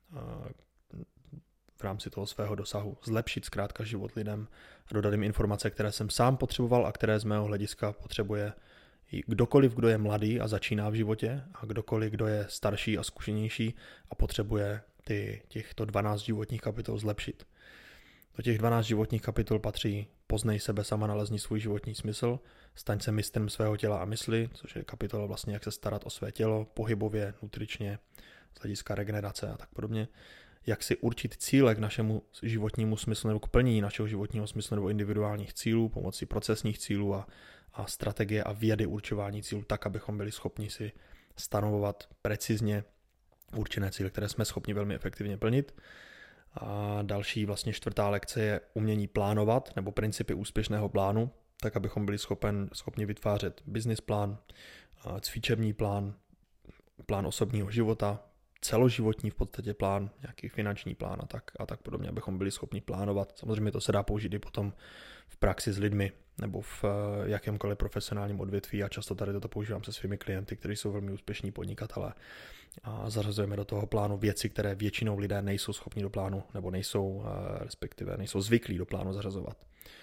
v rámci toho svého dosahu, zlepšit zkrátka život lidem a dodat jim informace, které jsem sám potřeboval a které z mého hlediska potřebuje kdokoliv, kdo je mladý a začíná v životě a kdokoliv, kdo je starší a zkušenější a potřebuje těchto 12 životních kapitol zlepšit. Do těch 12 životních kapitol patří poznej sebe sama, nalezni svůj životní smysl, staň se mistrem svého těla a mysli, což je kapitola vlastně jak se starat o své tělo, pohybově, nutričně, z hlediska regenerace a tak podobně. jak si určit cíle k našemu životnímu smyslu nebo k plnění našeho životního smyslu nebo individuálních cílů pomocí procesních cílů a strategie a vědy určování cílů tak, abychom byli schopni si stanovovat precizně určené cíle, které jsme schopni velmi efektivně plnit. A další vlastně 4. lekce je umění plánovat nebo principy úspěšného plánu, tak abychom byli schopni vytvářet business plán, cvičební plán, plán osobního života, celoživotní v podstatě plán, nějaký finanční plán a tak podobně, abychom byli schopni plánovat. Samozřejmě to se dá použít i potom v praxi s lidmi nebo v jakémkoliv profesionálním odvětví a často tady toto používám se svými klienty, kteří jsou velmi úspěšní podnikatelé. A zařazujeme do toho plánu věci, které většinou lidé nejsou schopni do plánu nebo nejsou zvyklí do plánu zařazovat.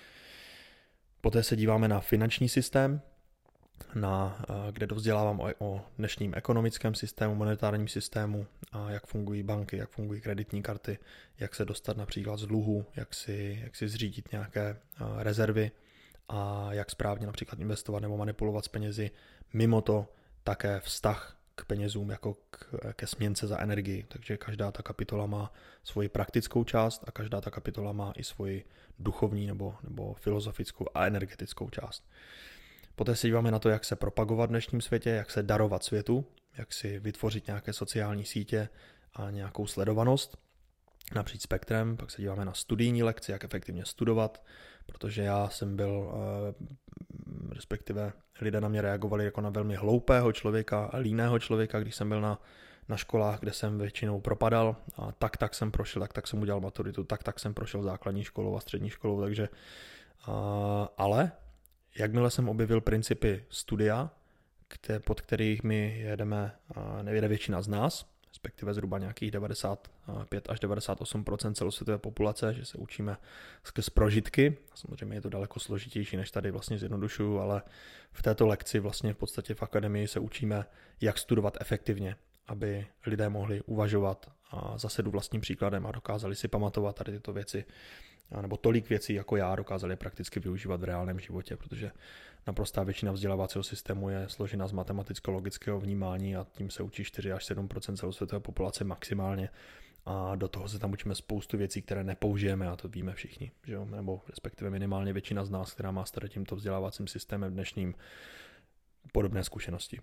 Poté se díváme na finanční systém, kde dovzdělávám o dnešním ekonomickém systému, monetárním systému, a jak fungují banky, jak fungují kreditní karty, jak se dostat například z dluhu, jak si zřídit nějaké rezervy a jak správně například investovat nebo manipulovat s penězi. Mimo to také vztah k penězům jako ke směnce za energii, takže každá ta kapitola má svoji praktickou část a každá ta kapitola má i svoji duchovní nebo filozofickou a energetickou část. Poté se díváme na to, jak se propagovat v dnešním světě, jak se darovat světu, jak si vytvořit nějaké sociální sítě a nějakou sledovanost napříč spektrem. Pak se díváme na studijní lekci, jak efektivně studovat, protože já jsem byl, respektive lidé na mě reagovali jako na velmi hloupého člověka a líného člověka, když jsem byl na školách, kde jsem většinou propadal a tak jsem prošel, tak jsem udělal maturitu, tak jsem prošel základní školou a střední školou, takže ale jakmile jsem objevil principy studia, pod kterými jede většina z nás, respektive zhruba nějakých 95 až 98% celosvětové populace, že se učíme skrz prožitky. Samozřejmě je to daleko složitější, než tady vlastně zjednodušuju, ale v této lekci vlastně v podstatě v akademii se učíme, jak studovat efektivně, aby lidé mohli uvažovat a zase jdu vlastním příkladem a dokázali si pamatovat tady tyto věci, nebo tolik věcí jako já dokázali prakticky využívat v reálném životě, protože naprostá většina vzdělávacího systému je složena z matematicko-logického vnímání a tím se učí 4 až 7% celosvětové populace maximálně a do toho se tam učíme spoustu věcí, které nepoužijeme a to víme všichni, že jo? Nebo respektive minimálně většina z nás, která má s tímto vzdělávacím systémem dnešním podobné zkušenosti.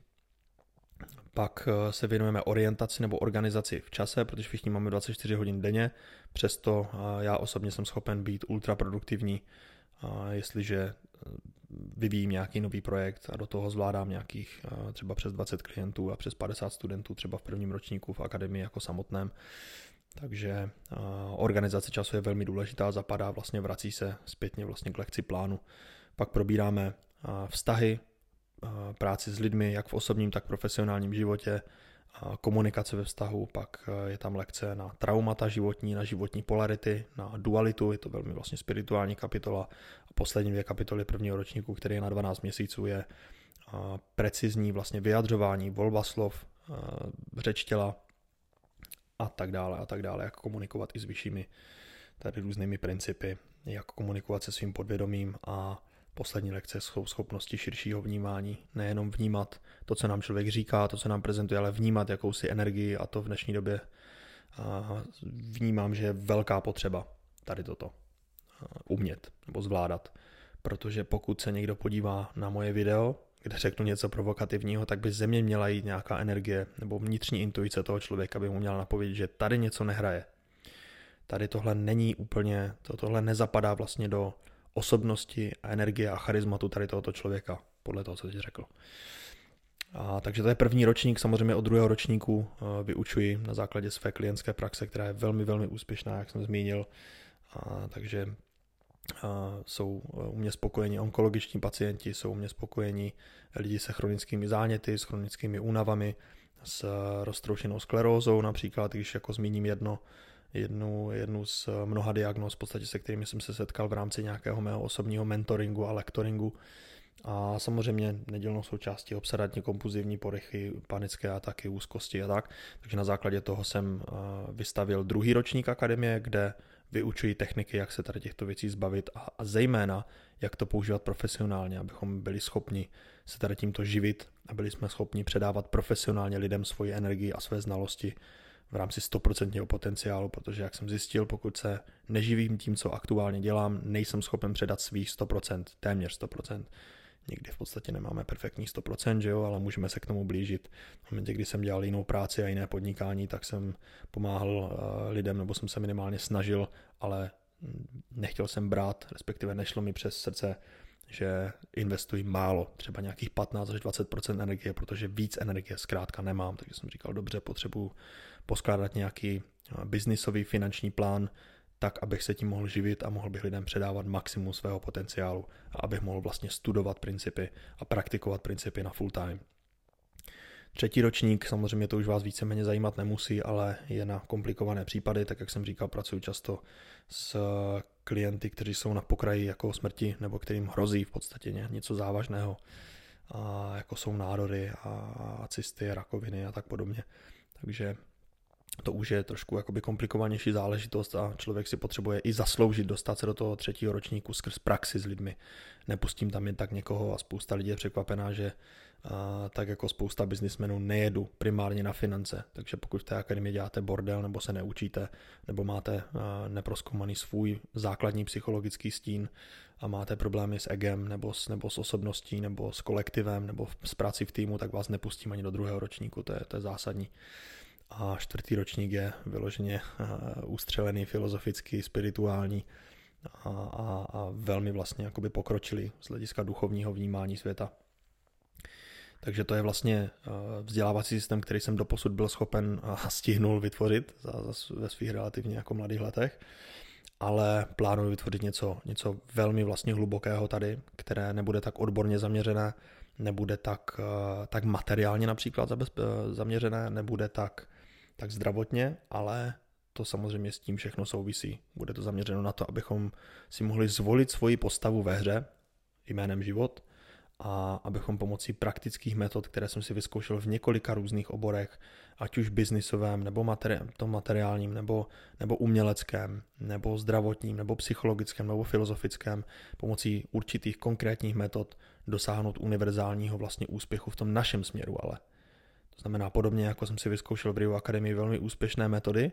Pak se věnujeme orientaci nebo organizaci v čase, protože všichni máme 24 hodin denně, přesto já osobně jsem schopen být ultraproduktivní, jestliže vyvíjím nějaký nový projekt a do toho zvládám nějakých třeba přes 20 klientů a přes 50 studentů třeba v prvním ročníku v akademii jako samotném. Takže organizace času je velmi důležitá, zapadá, vlastně vrací se zpětně vlastně k lekci plánu. Pak probíráme vztahy, práci s lidmi, jak v osobním, tak v profesionálním životě, komunikace ve vztahu, pak je tam lekce na traumata životní, na životní polarity, na dualitu, je to velmi vlastně spirituální kapitola. A poslední 2 kapitoly prvního ročníku, který je na 12 měsíců, je precizní vlastně vyjadřování, volba slov, řeč těla a tak dále, jak komunikovat i s vyššími tady různými principy, jak komunikovat se svým podvědomím a poslední lekce jsou schopnosti širšího vnímání. Nejenom vnímat to, co nám člověk říká, to, co nám prezentuje, ale vnímat jakousi energii a to v dnešní době vnímám, že je velká potřeba tady toto umět nebo zvládat. Protože pokud se někdo podívá na moje video, kde řeknu něco provokativního, tak by ze mě měla jít nějaká energie nebo vnitřní intuice toho člověka by mu měla napovědět, že tady něco nehraje. Tady tohle není úplně, tohle nezapadá vlastně do osobnosti a energie a charizmatu tady tohoto člověka, podle toho, co jsi řekl. Takže to je první ročník, samozřejmě od druhého ročníku vyučuji na základě své klientské praxe, která je velmi, velmi úspěšná, jak jsem zmínil. Takže jsou u mě spokojení onkologiční pacienti, jsou u mě spokojení lidi se chronickými záněty, s chronickými únavami, s roztroušenou sklerózou například, když jako zmíním jednu z mnoha diagnóz, v podstatě se kterými jsem se setkal v rámci nějakého mého osobního mentoringu a lektoringu. A samozřejmě nedílnou součástí obsadantní kompulzivní poruchy, panické ataky, úzkosti a tak. Takže na základě toho jsem vystavil druhý ročník akademie, kde vyučuji techniky, jak se tady těchto věcí zbavit a zejména, jak to používat profesionálně, abychom byli schopni se tady tímto živit a byli jsme schopni předávat profesionálně lidem svoji energii a své znalosti v rámci 100% potenciálu, protože jak jsem zjistil, pokud se neživím tím, co aktuálně dělám, nejsem schopen předat svých 100%, téměř 100%. Nikdy v podstatě nemáme perfektních 100%, že jo, ale můžeme se k tomu blížit. V momentě, kdy jsem dělal jinou práci a jiné podnikání, tak jsem pomáhal lidem, nebo jsem se minimálně snažil, ale nechtěl jsem brát, respektive nešlo mi přes srdce, že investuji málo, třeba nějakých 15 až 20% energie, protože víc energie zkrátka nemám, takže jsem říkal, dobře, potřebuji poskládat nějaký biznisový finanční plán, tak, abych se tím mohl živit a mohl bych lidem předávat maximum svého potenciálu a abych mohl vlastně studovat principy a praktikovat principy na full time. Třetí ročník, samozřejmě to už vás víceméně zajímat nemusí, ale je na komplikované případy, tak jak jsem říkal, pracuji často s klienty, kteří jsou na pokraji jako smrti nebo kterým hrozí v podstatě něco závažného, jako jsou nádory a cysty, rakoviny a tak podobně. Takže to už je trošku jakoby komplikovanější záležitost a člověk si potřebuje i zasloužit dostat se do toho třetího ročníku skrz praxi s lidmi. Nepustím tam jen tak někoho a spousta lidí je překvapená, že tak jako spousta biznismenů nejedu primárně na finance, takže pokud v té akademii děláte bordel nebo se neučíte, nebo máte neprozkoumaný svůj základní psychologický stín a máte problémy s egem nebo s osobností nebo s kolektivem nebo s prací v týmu, tak vás nepustím ani do druhého ročníku, to je zásadní. A čtvrtý ročník je vyloženě ustřelený, filozofický, spirituální a velmi vlastně jakoby pokročilý z hlediska duchovního vnímání světa. Takže to je vlastně vzdělávací systém, který jsem doposud byl schopen a stihnul vytvořit ve svých relativně jako mladých letech, ale plánuji vytvořit něco velmi vlastně hlubokého tady, které nebude tak odborně zaměřené, nebude tak materiálně například zaměřené, nebude tak zdravotně, ale to samozřejmě s tím všechno souvisí. Bude to zaměřeno na to, abychom si mohli zvolit svoji postavu ve hře jménem život a abychom pomocí praktických metod, které jsem si vyzkoušel v několika různých oborech, ať už biznisovém, nebo materiálním, nebo uměleckém, nebo zdravotním, nebo psychologickém, nebo filozofickém, pomocí určitých konkrétních metod dosáhnout univerzálního vlastně úspěchu v tom našem směru, ale to znamená podobně, jako jsem si vyzkoušel v Rio Academy velmi úspěšné metody,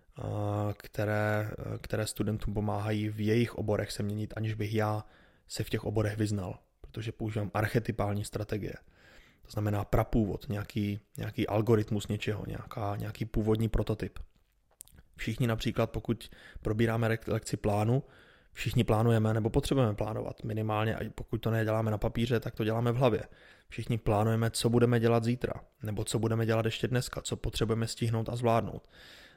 které studentům pomáhají v jejich oborech se měnit, aniž bych já se v těch oborech vyznal, protože používám archetypální strategie. To znamená prapůvod, nějaký algoritmus něčeho, nějaký původní prototyp. Všichni například, pokud probíráme lekci plánu, všichni plánujeme nebo potřebujeme plánovat minimálně, a pokud to neděláme na papíře, tak to děláme v hlavě. Všichni plánujeme, co budeme dělat zítra, nebo co budeme dělat ještě dneska, co potřebujeme stihnout a zvládnout.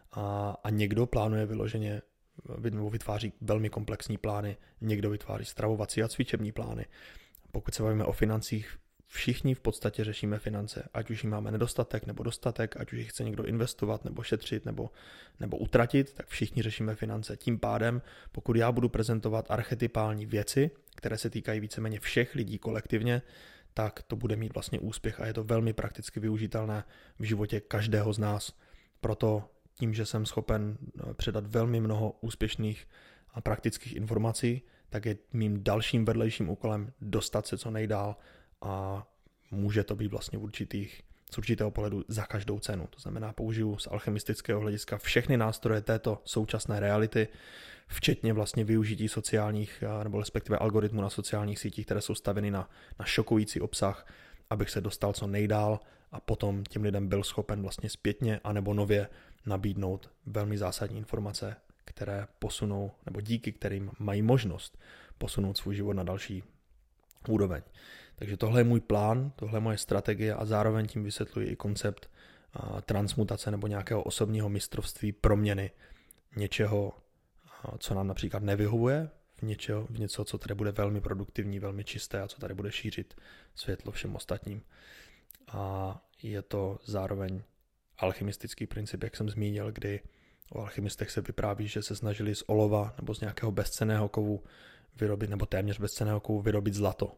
A někdo plánuje vyloženě, nebo vytváří velmi komplexní plány, někdo vytváří stravovací a cvičební plány. Pokud se bavíme o financích, všichni v podstatě řešíme finance, ať už jim máme nedostatek nebo dostatek, ať už jich chce někdo investovat nebo šetřit nebo utratit, tak všichni řešíme finance. Tím pádem, pokud já budu prezentovat archetypální věci, které se týkají víceméně všech lidí kolektivně, tak to bude mít vlastně úspěch a je to velmi prakticky využitelné v životě každého z nás. Proto tím, že jsem schopen předat velmi mnoho úspěšných a praktických informací, tak je mým dalším vedlejším úkolem dostat se co nejdál a může to být vlastně z určitého pohledu za každou cenu. To znamená, použiju z alchemistického hlediska všechny nástroje této současné reality, včetně vlastně využití sociálních nebo respektive algoritmů na sociálních sítích, které jsou stavěny na šokující obsah, abych se dostal co nejdál a potom těm lidem byl schopen vlastně zpětně anebo nově nabídnout velmi zásadní informace, které posunou, nebo díky kterým mají možnost posunout svůj život na další úroveň. Takže tohle je můj plán, tohle je moje strategie a zároveň tím vysvětluji i koncept transmutace nebo nějakého osobního mistrovství proměny něčeho, co nám například nevyhovuje, v něco, co tady bude velmi produktivní, velmi čisté a co tady bude šířit světlo všem ostatním. A je to zároveň alchemistický princip, jak jsem zmínil, kdy o alchymistech se vypráví, že se snažili z olova nebo z nějakého bezcenného kovu vyrobit, nebo téměř bezcenného kovu vyrobit zlato.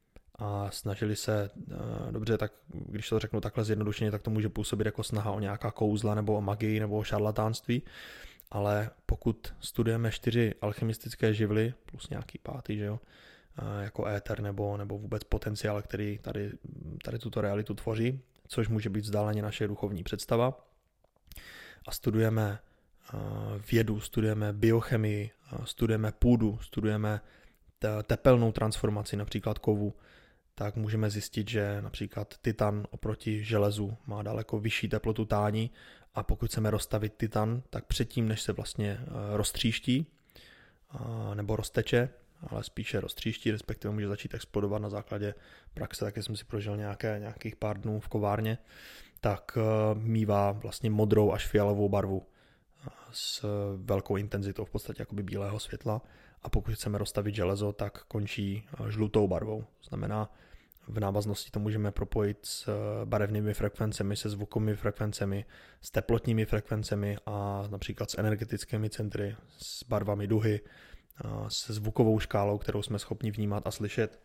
A snažili se, dobře, tak když to řeknu takhle zjednodušeně, tak to může působit jako snaha o nějaká kouzla nebo o magii nebo o šarlatánství, ale pokud studujeme 4 alchemistické živly plus nějaký 5, že jo, jako éter nebo vůbec potenciál, který tady tuto realitu tvoří, což může být vzdáleně naše duchovní představa, a studujeme vědu, studujeme biochemii, studujeme půdu, studujeme tepelnou transformaci, například kovu, tak můžeme zjistit, že například titan oproti železu má daleko vyšší teplotu tání a pokud chceme rozstavit titan, tak předtím, než se vlastně roztříští nebo rozteče, ale spíše roztříští, respektive může začít explodovat na základě praxe, taky jsem si prožil nějakých pár dnů v kovárně, tak mívá vlastně modrou až fialovou barvu s velkou intenzitou v podstatě jakoby bílého světla a pokud chceme rozstavit železo, tak končí žlutou barvou. To znamená, v návaznosti to můžeme propojit s barevnými frekvencemi, se zvukovými frekvencemi, s teplotními frekvencemi a například s energetickými centry, s barvami duhy, se zvukovou škálou, kterou jsme schopni vnímat a slyšet.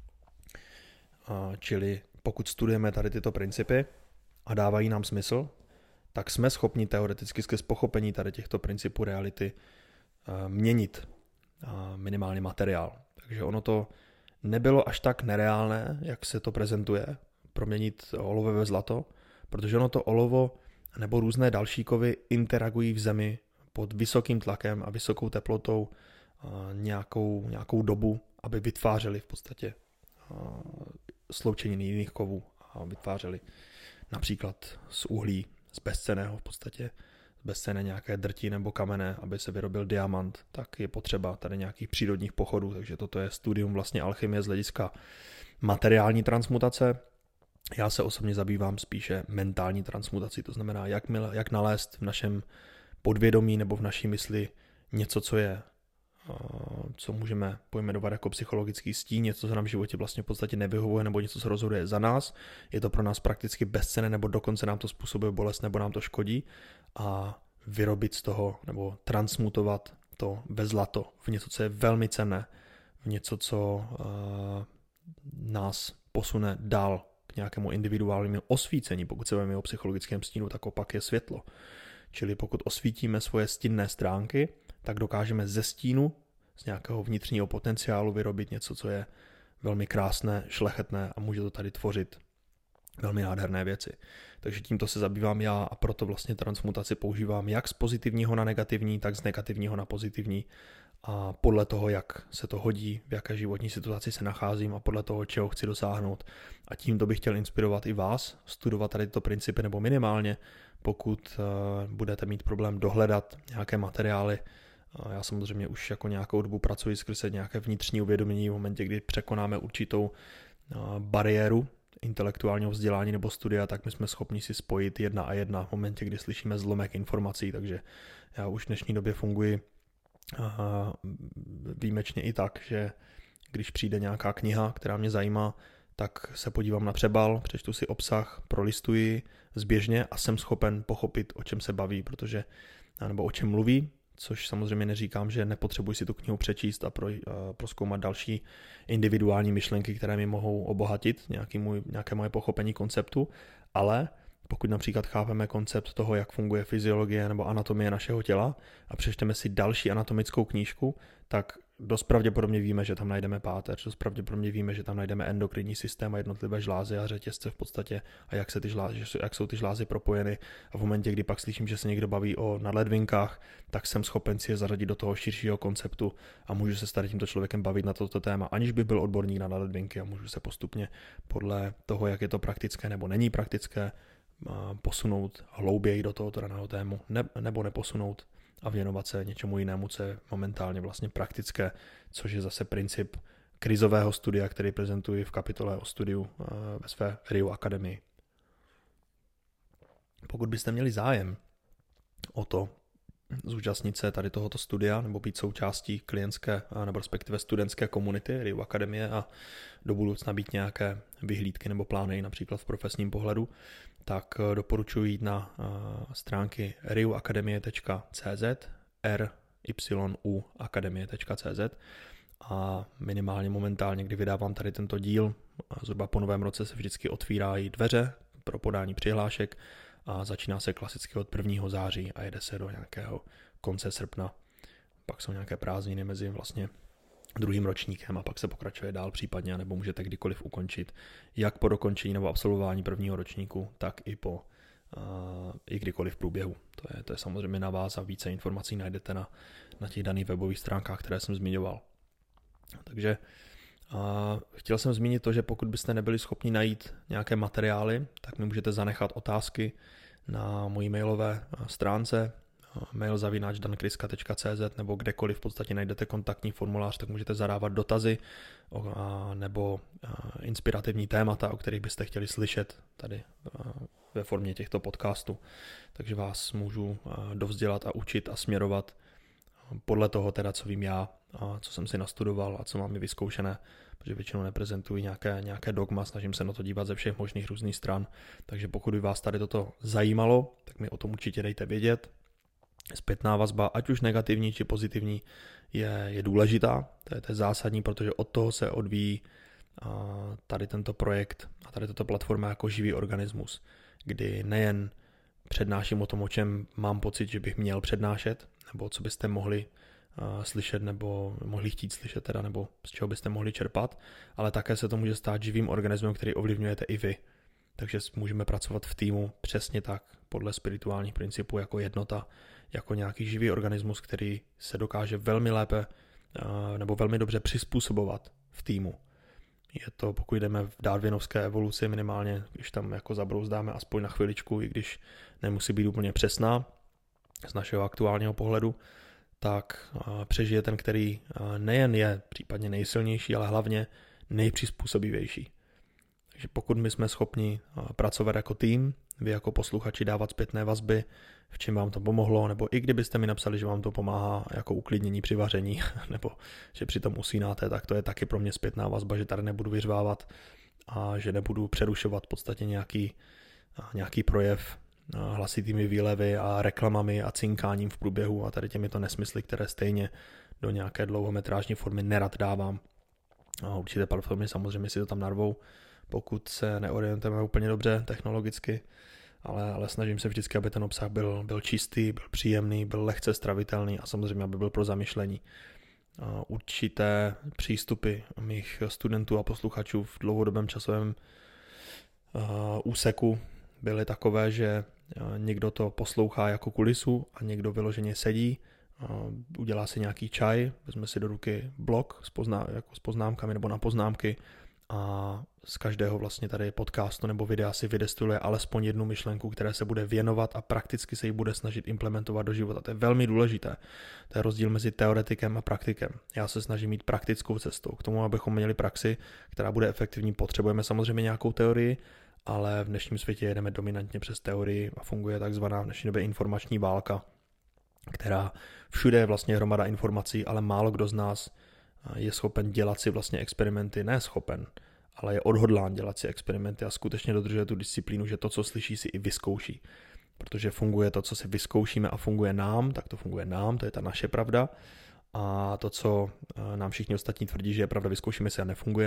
Čili pokud studujeme tady tyto principy a dávají nám smysl, tak jsme schopni teoreticky skrz pochopení tady těchto principů reality měnit minimálně materiál. Takže ono to nebylo až tak nereálné, jak se to prezentuje, proměnit olovo ve zlato, protože ono to olovo nebo různé další kovy interagují v zemi pod vysokým tlakem a vysokou teplotou nějakou dobu, aby vytvářely v podstatě sloučeniny jiných kovů a vytvářely například z uhlí, z bezcenného v podstatě, z bezcenné nějaké drti nebo kamene, aby se vyrobil diamant, tak je potřeba tady nějakých přírodních pochodů, takže toto je studium vlastně alchymie z hlediska materiální transmutace. Já se osobně zabývám spíše mentální transmutací, to znamená, jak nalézt v našem podvědomí nebo v naší mysli něco, co můžeme pojmenovat jako psychologický stín, něco, co nám v životě vlastně v podstatě nevyhovuje nebo něco, co rozhoduje za nás. Je to pro nás prakticky bezcenné nebo dokonce nám to způsobuje bolest nebo nám to škodí a vyrobit z toho nebo transmutovat to ve zlato v něco, co je velmi cenné, v něco, co nás posune dál k nějakému individuálnímu osvícení. Pokud se bavíme o psychologickém stínu, tak opak je světlo. Čili pokud osvítíme svoje stinné stránky, tak dokážeme ze stínu, z nějakého vnitřního potenciálu vyrobit něco, co je velmi krásné, šlechetné a může to tady tvořit velmi nádherné věci. Takže tímto se zabývám já a proto vlastně transmutaci používám jak z pozitivního na negativní, tak z negativního na pozitivní a podle toho, jak se to hodí, v jaké životní situaci se nacházím a podle toho, čeho chci dosáhnout. A tímto bych chtěl inspirovat i vás, studovat tady tyto principy nebo minimálně, pokud budete mít problém dohledat nějaké materiály. Já samozřejmě už jako nějakou dobu pracuji skrze nějaké vnitřní uvědomění v momentě, kdy překonáme určitou bariéru intelektuálního vzdělání nebo studia, tak my jsme schopni si spojit 1 a 1 v momentě, kdy slyšíme zlomek informací, takže já už v dnešní době funguji výjimečně i tak, že když přijde nějaká kniha, která mě zajímá, tak se podívám na přebal, přečtu si obsah, prolistuji zběžně a jsem schopen pochopit, o čem se baví, nebo o čem mluví, což samozřejmě neříkám, že nepotřebuji si tu knihu přečíst a prozkoumat další individuální myšlenky, které mi mohou obohatit nějaké moje pochopení konceptu, ale pokud například chápeme koncept toho, jak funguje fyziologie nebo anatomie našeho těla a přečteme si další anatomickou knížku, tak dost pravděpodobně víme, že tam najdeme páteř, dost pravděpodobně víme, že tam najdeme endokrinní systém a jednotlivé žlázy a řetězce v podstatě a jak jsou ty žlázy propojeny. A v momentě, kdy pak slyším, že se někdo baví o nadledvinkách, tak jsem schopen si je zařadit do toho širšího konceptu a můžu se s tady tímto člověkem bavit na toto téma, aniž by byl odborník na nadledvinky a můžu se postupně podle toho, jak je to praktické nebo není praktické, posunout hlouběji do tohoto daného tému nebo neposunout a věnovat se něčemu jinému, co je momentálně vlastně praktické, což je zase princip krizového studia, který prezentuji v kapitole o studiu ve své RIU Akademii. Pokud byste měli zájem o to zúčastnit se tady tohoto studia nebo být součástí klientské nebo respektive studentské komunity RIU Akademie a do budoucna být nějaké vyhlídky nebo plány například v profesním pohledu, tak doporučuji jít na stránky riuakademie.cz ryuakademie.cz a minimálně momentálně, kdy vydávám tady tento díl, zhruba po novém roce se vždycky otvírají dveře pro podání přihlášek a začíná se klasicky od 1. září a jede se do nějakého konce srpna. Pak jsou nějaké prázdniny mezi vlastně 2. ročníkem a pak se pokračuje dál případně, nebo můžete kdykoliv ukončit, jak po dokončení nebo absolvování 1. ročníku, tak i po i kdykoliv v průběhu. To je samozřejmě na vás a více informací najdete na těch daných webových stránkách, které jsem zmiňoval. Takže chtěl jsem zmínit to, že pokud byste nebyli schopni najít nějaké materiály, tak mi můžete zanechat otázky na mojí mailové stránce mail@dankryska.cz nebo kdekoliv v podstatě najdete kontaktní formulář, tak můžete zadávat dotazy nebo inspirativní témata, o kterých byste chtěli slyšet tady ve formě těchto podcastů. Takže vás můžu dovzdělat a učit a směrovat podle toho teda, co vím já, a co jsem si nastudoval a co mám i vyzkoušené, protože většinou neprezentuji nějaké dogma, snažím se na to dívat ze všech možných různých stran. Takže pokud by vás tady toto zajímalo, tak mi o tom určitě dejte vědět. Zpětná vazba, ať už negativní či pozitivní, je důležitá, to je zásadní, protože od toho se odvíjí tady tento projekt a tady tato platforma jako živý organismus, kdy nejen přednáším o tom, o čem mám pocit, že bych měl přednášet, nebo co byste mohli slyšet, nebo mohli chtít slyšet teda, nebo z čeho byste mohli čerpat, ale také se to může stát živým organismem, který ovlivňujete i vy. Takže můžeme pracovat v týmu přesně tak, podle spirituálních principů, jako jednota, jako nějaký živý organismus, který se dokáže velmi lépe nebo velmi dobře přizpůsobovat v týmu. Je to, pokud jdeme v darwinovské evoluci minimálně, když tam jako zabrouzdáme aspoň na chviličku, i když nemusí být úplně přesná z našeho aktuálního pohledu, tak přežije ten, který nejen je případně nejsilnější, ale hlavně nejpřizpůsobivější. Takže pokud my jsme schopni pracovat jako tým, vy jako posluchači dávat zpětné vazby, v čem vám to pomohlo, nebo i kdybyste mi napsali, že vám to pomáhá jako uklidnění při vaření, nebo že při tom usínáte, tak to je taky pro mě zpětná vazba, že tady nebudu vyřvávat a že nebudu přerušovat v podstatě nějaký projev hlasitými výlevy a reklamami a cinkáním v průběhu a tady těmito nesmysly, které stejně do nějaké dlouhometrážní formy nerad dávám. A určité platformy samozřejmě si to tam narvou, pokud se neorientujeme úplně dobře technologicky, ale snažím se vždycky, aby ten obsah byl čistý, byl příjemný, byl lehce stravitelný a samozřejmě, aby byl pro zamyšlení. Určité přístupy mých studentů a posluchačů v dlouhodobém časovém úseku byly takové, že někdo to poslouchá jako kulisu a někdo vyloženě sedí, udělá si nějaký čaj, vezme si do ruky blok s poznámkami nebo na poznámky a z každého vlastně tady podcastu nebo videa si vydestyluje alespoň jednu myšlenku, které se bude věnovat a prakticky se ji bude snažit implementovat do života. To je velmi důležité. To je rozdíl mezi teoretikem a praktikem. Já se snažím mít praktickou cestou. K tomu, abychom měli praxi, která bude efektivní, potřebujeme samozřejmě nějakou teorii, ale v dnešním světě jedeme dominantně přes teorii a funguje takzvaná v dnešní době informační válka, která všude je vlastně hromada informací, ale málo kdo z nás je schopen dělat si vlastně experimenty, ne schopen, ale je odhodlán dělat si experimenty a skutečně dodržuje tu disciplínu, že to, co slyší, si i vyzkouší. Protože funguje to, co si vyzkoušíme a funguje nám, tak to funguje nám, to je ta naše pravda. A to, co nám všichni ostatní tvrdí, že je pravda, vyzkoušíme si a nefunguje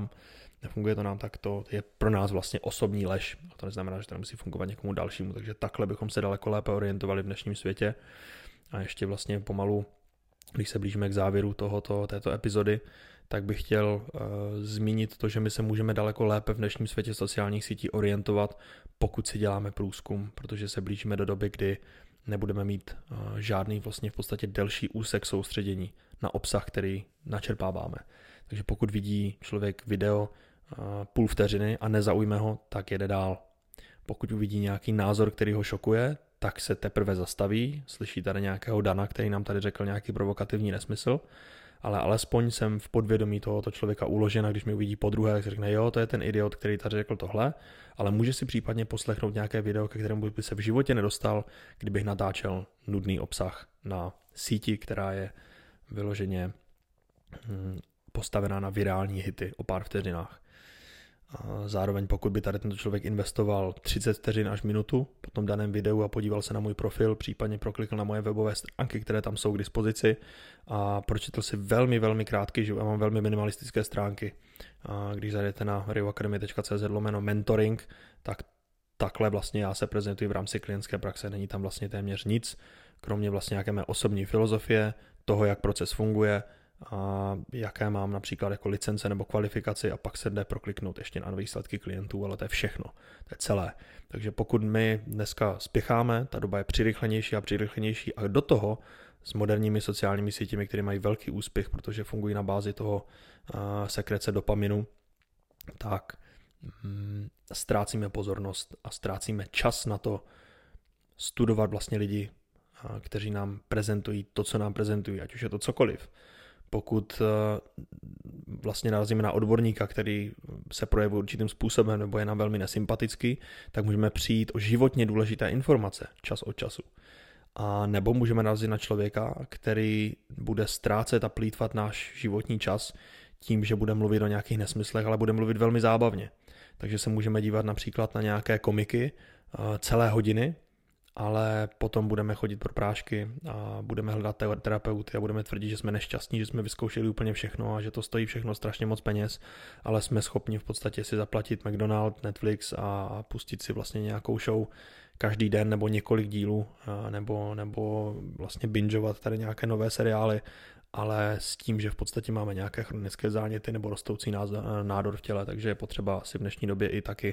to nám, tak to je pro nás vlastně osobní lež. A to neznamená, že to nemusí fungovat někomu dalšímu, takže takhle bychom se daleko lépe orientovali v dnešním světě. A ještě vlastně pomalu, když se blížíme k závěru této epizody, tak bych chtěl zmínit to, že my se můžeme daleko lépe v dnešním světě sociálních sítí orientovat, pokud si děláme průzkum, protože se blížíme do doby, kdy nebudeme mít žádný vlastně v podstatě delší úsek soustředění na obsah, který načerpáváme. Takže pokud vidí člověk video půl vteřiny a nezaujme ho, tak jede dál. Pokud uvidí nějaký názor, který ho šokuje, tak se teprve zastaví, slyší tady nějakého Dana, který nám tady řekl nějaký provokativní nesmysl, ale alespoň jsem v podvědomí tohoto člověka uložen a když mi uvidí podruhé, tak se řekne, jo, to je ten idiot, který tady řekl tohle, ale může si případně poslechnout nějaké video, ke kterému by se v životě nedostal, kdybych natáčel nudný obsah na síti, která je vyloženě postavená na virální hity o pár vteřinách. A zároveň pokud by tady tento člověk investoval 30 vteřin až minutu po tom daném videu a podíval se na můj profil, případně proklikl na moje webové stránky, které tam jsou k dispozici a pročetl si velmi, velmi krátký, že mám velmi minimalistické stránky. A když zajdete na rioacademy.cz/mentoring, tak takhle vlastně já se prezentuji v rámci klientské praxe, není tam vlastně téměř nic, kromě vlastně nějaké mé osobní filozofie, toho, jak proces funguje, a jaké mám například jako licence nebo kvalifikaci a pak se jde prokliknout ještě na výsledky klientů, ale to je všechno, to je celé. Takže pokud my dneska spěcháme, ta doba je přirychlenější a do toho s moderními sociálními sítěmi, které mají velký úspěch, protože fungují na bázi toho sekrece dopaminu, tak ztrácíme pozornost a ztrácíme čas na to studovat vlastně lidi, kteří nám prezentují to, co nám prezentují, ať už je to cokoliv. Pokud vlastně narazíme na odborníka, který se projevuje určitým způsobem nebo je nám velmi nesympatický, tak můžeme přijít o životně důležité informace čas od času. A nebo můžeme narazit na člověka, který bude ztrácet a plýtvat náš životní čas tím, že bude mluvit o nějakých nesmyslech, ale bude mluvit velmi zábavně. Takže se můžeme dívat například na nějaké komiky celé hodiny, ale potom budeme chodit pro prášky a budeme hledat terapeuty a budeme tvrdit, že jsme nešťastní, že jsme vyzkoušeli úplně všechno a že to stojí všechno strašně moc peněz, ale jsme schopni v podstatě si zaplatit McDonald's, Netflix a pustit si vlastně nějakou show každý den nebo několik dílů nebo vlastně bingeovat tady nějaké nové seriály, ale s tím, že v podstatě máme nějaké chronické záněty nebo rostoucí nádor v těle, takže je potřeba si v dnešní době i taky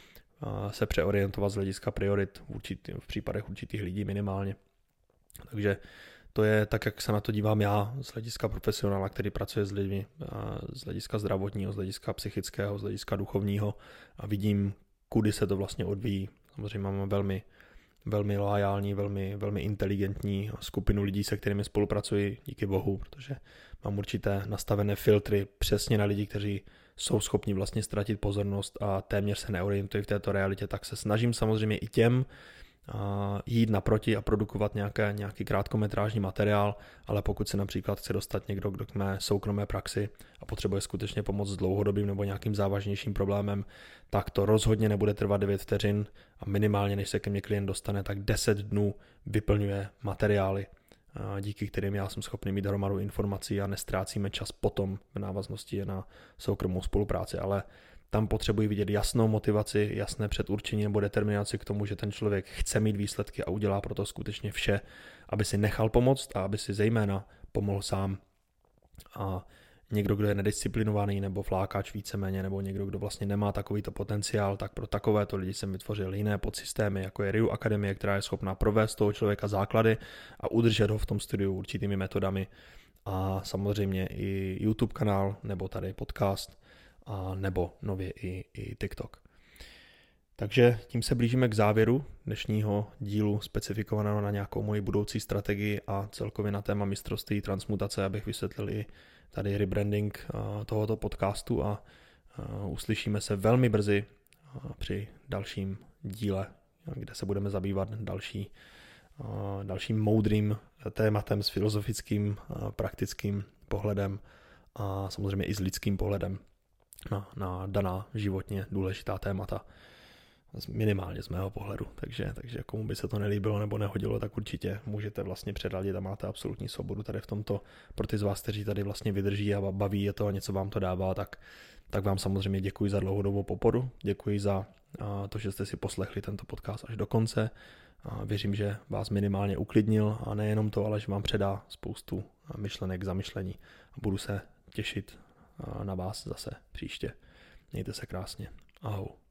se přeorientovat z hlediska priorit v případech určitých lidí minimálně. Takže to je tak, jak se na to dívám já z hlediska profesionála, který pracuje s lidmi, z hlediska zdravotního, z hlediska psychického, z hlediska duchovního a vidím, kudy se to vlastně odvíjí. Samozřejmě máme velmi loajální, velmi inteligentní skupinu lidí, se kterými spolupracuji, díky bohu, protože mám určité nastavené filtry přesně na lidi, kteří jsou schopni vlastně ztratit pozornost a téměř se neorientují v této realitě, tak se snažím samozřejmě i těm jít naproti a produkovat nějaký krátkometrážní materiál, ale pokud se například chce dostat někdo, kdo k mé soukromé praxi a potřebuje skutečně pomoc s dlouhodobým nebo nějakým závažnějším problémem, tak to rozhodně nebude trvat 9 vteřin a minimálně, než se ke mně klient dostane, tak 10 dnů vyplňuje materiály, díky kterým já jsem schopný mít hromadu informací a nestrácíme čas potom v návaznosti na soukromou spolupráci, ale tam potřebuji vidět jasnou motivaci, jasné předurčení nebo determinaci k tomu, že ten člověk chce mít výsledky a udělá pro to skutečně vše, aby si nechal pomoct a aby si zejména pomohl sám. A někdo, kdo je nedisciplinovaný nebo flákač víceméně, nebo někdo, kdo vlastně nemá takovýto potenciál, tak pro takovéto lidi jsem vytvořil jiné podsystémy, jako je RIU Akademie, která je schopná provést toho člověka základy a udržet ho v tom studiu určitými metodami. A samozřejmě i YouTube kanál, nebo tady podcast, a nebo nově i TikTok. Takže tím se blížíme k závěru dnešního dílu specifikovaného na nějakou moji budoucí strategii a celkově na téma mistrovství transmutace, abych vysvětlil i tady rebranding tohoto podcastu a uslyšíme se velmi brzy při dalším díle, kde se budeme zabývat dalším moudrým tématem s filozofickým, praktickým pohledem a samozřejmě i s lidským pohledem na daná životně důležitá témata, minimálně z mého pohledu. Takže komu by se to nelíbilo nebo nehodilo, tak určitě můžete vlastně předladit a máte absolutní svobodu tady v tomto. Pro ty z vás, kteří tady vlastně vydrží a baví je to a něco vám to dává, tak vám samozřejmě děkuji za dlouhodobou podporu, děkuji za to, že jste si poslechli tento podcast až do konce. Věřím, že vás minimálně uklidnil a nejenom to, ale že vám předá spoustu myšlenek k zamyšlení a budu se těšit na vás zase příště. Mějte se krásně. Ahoj.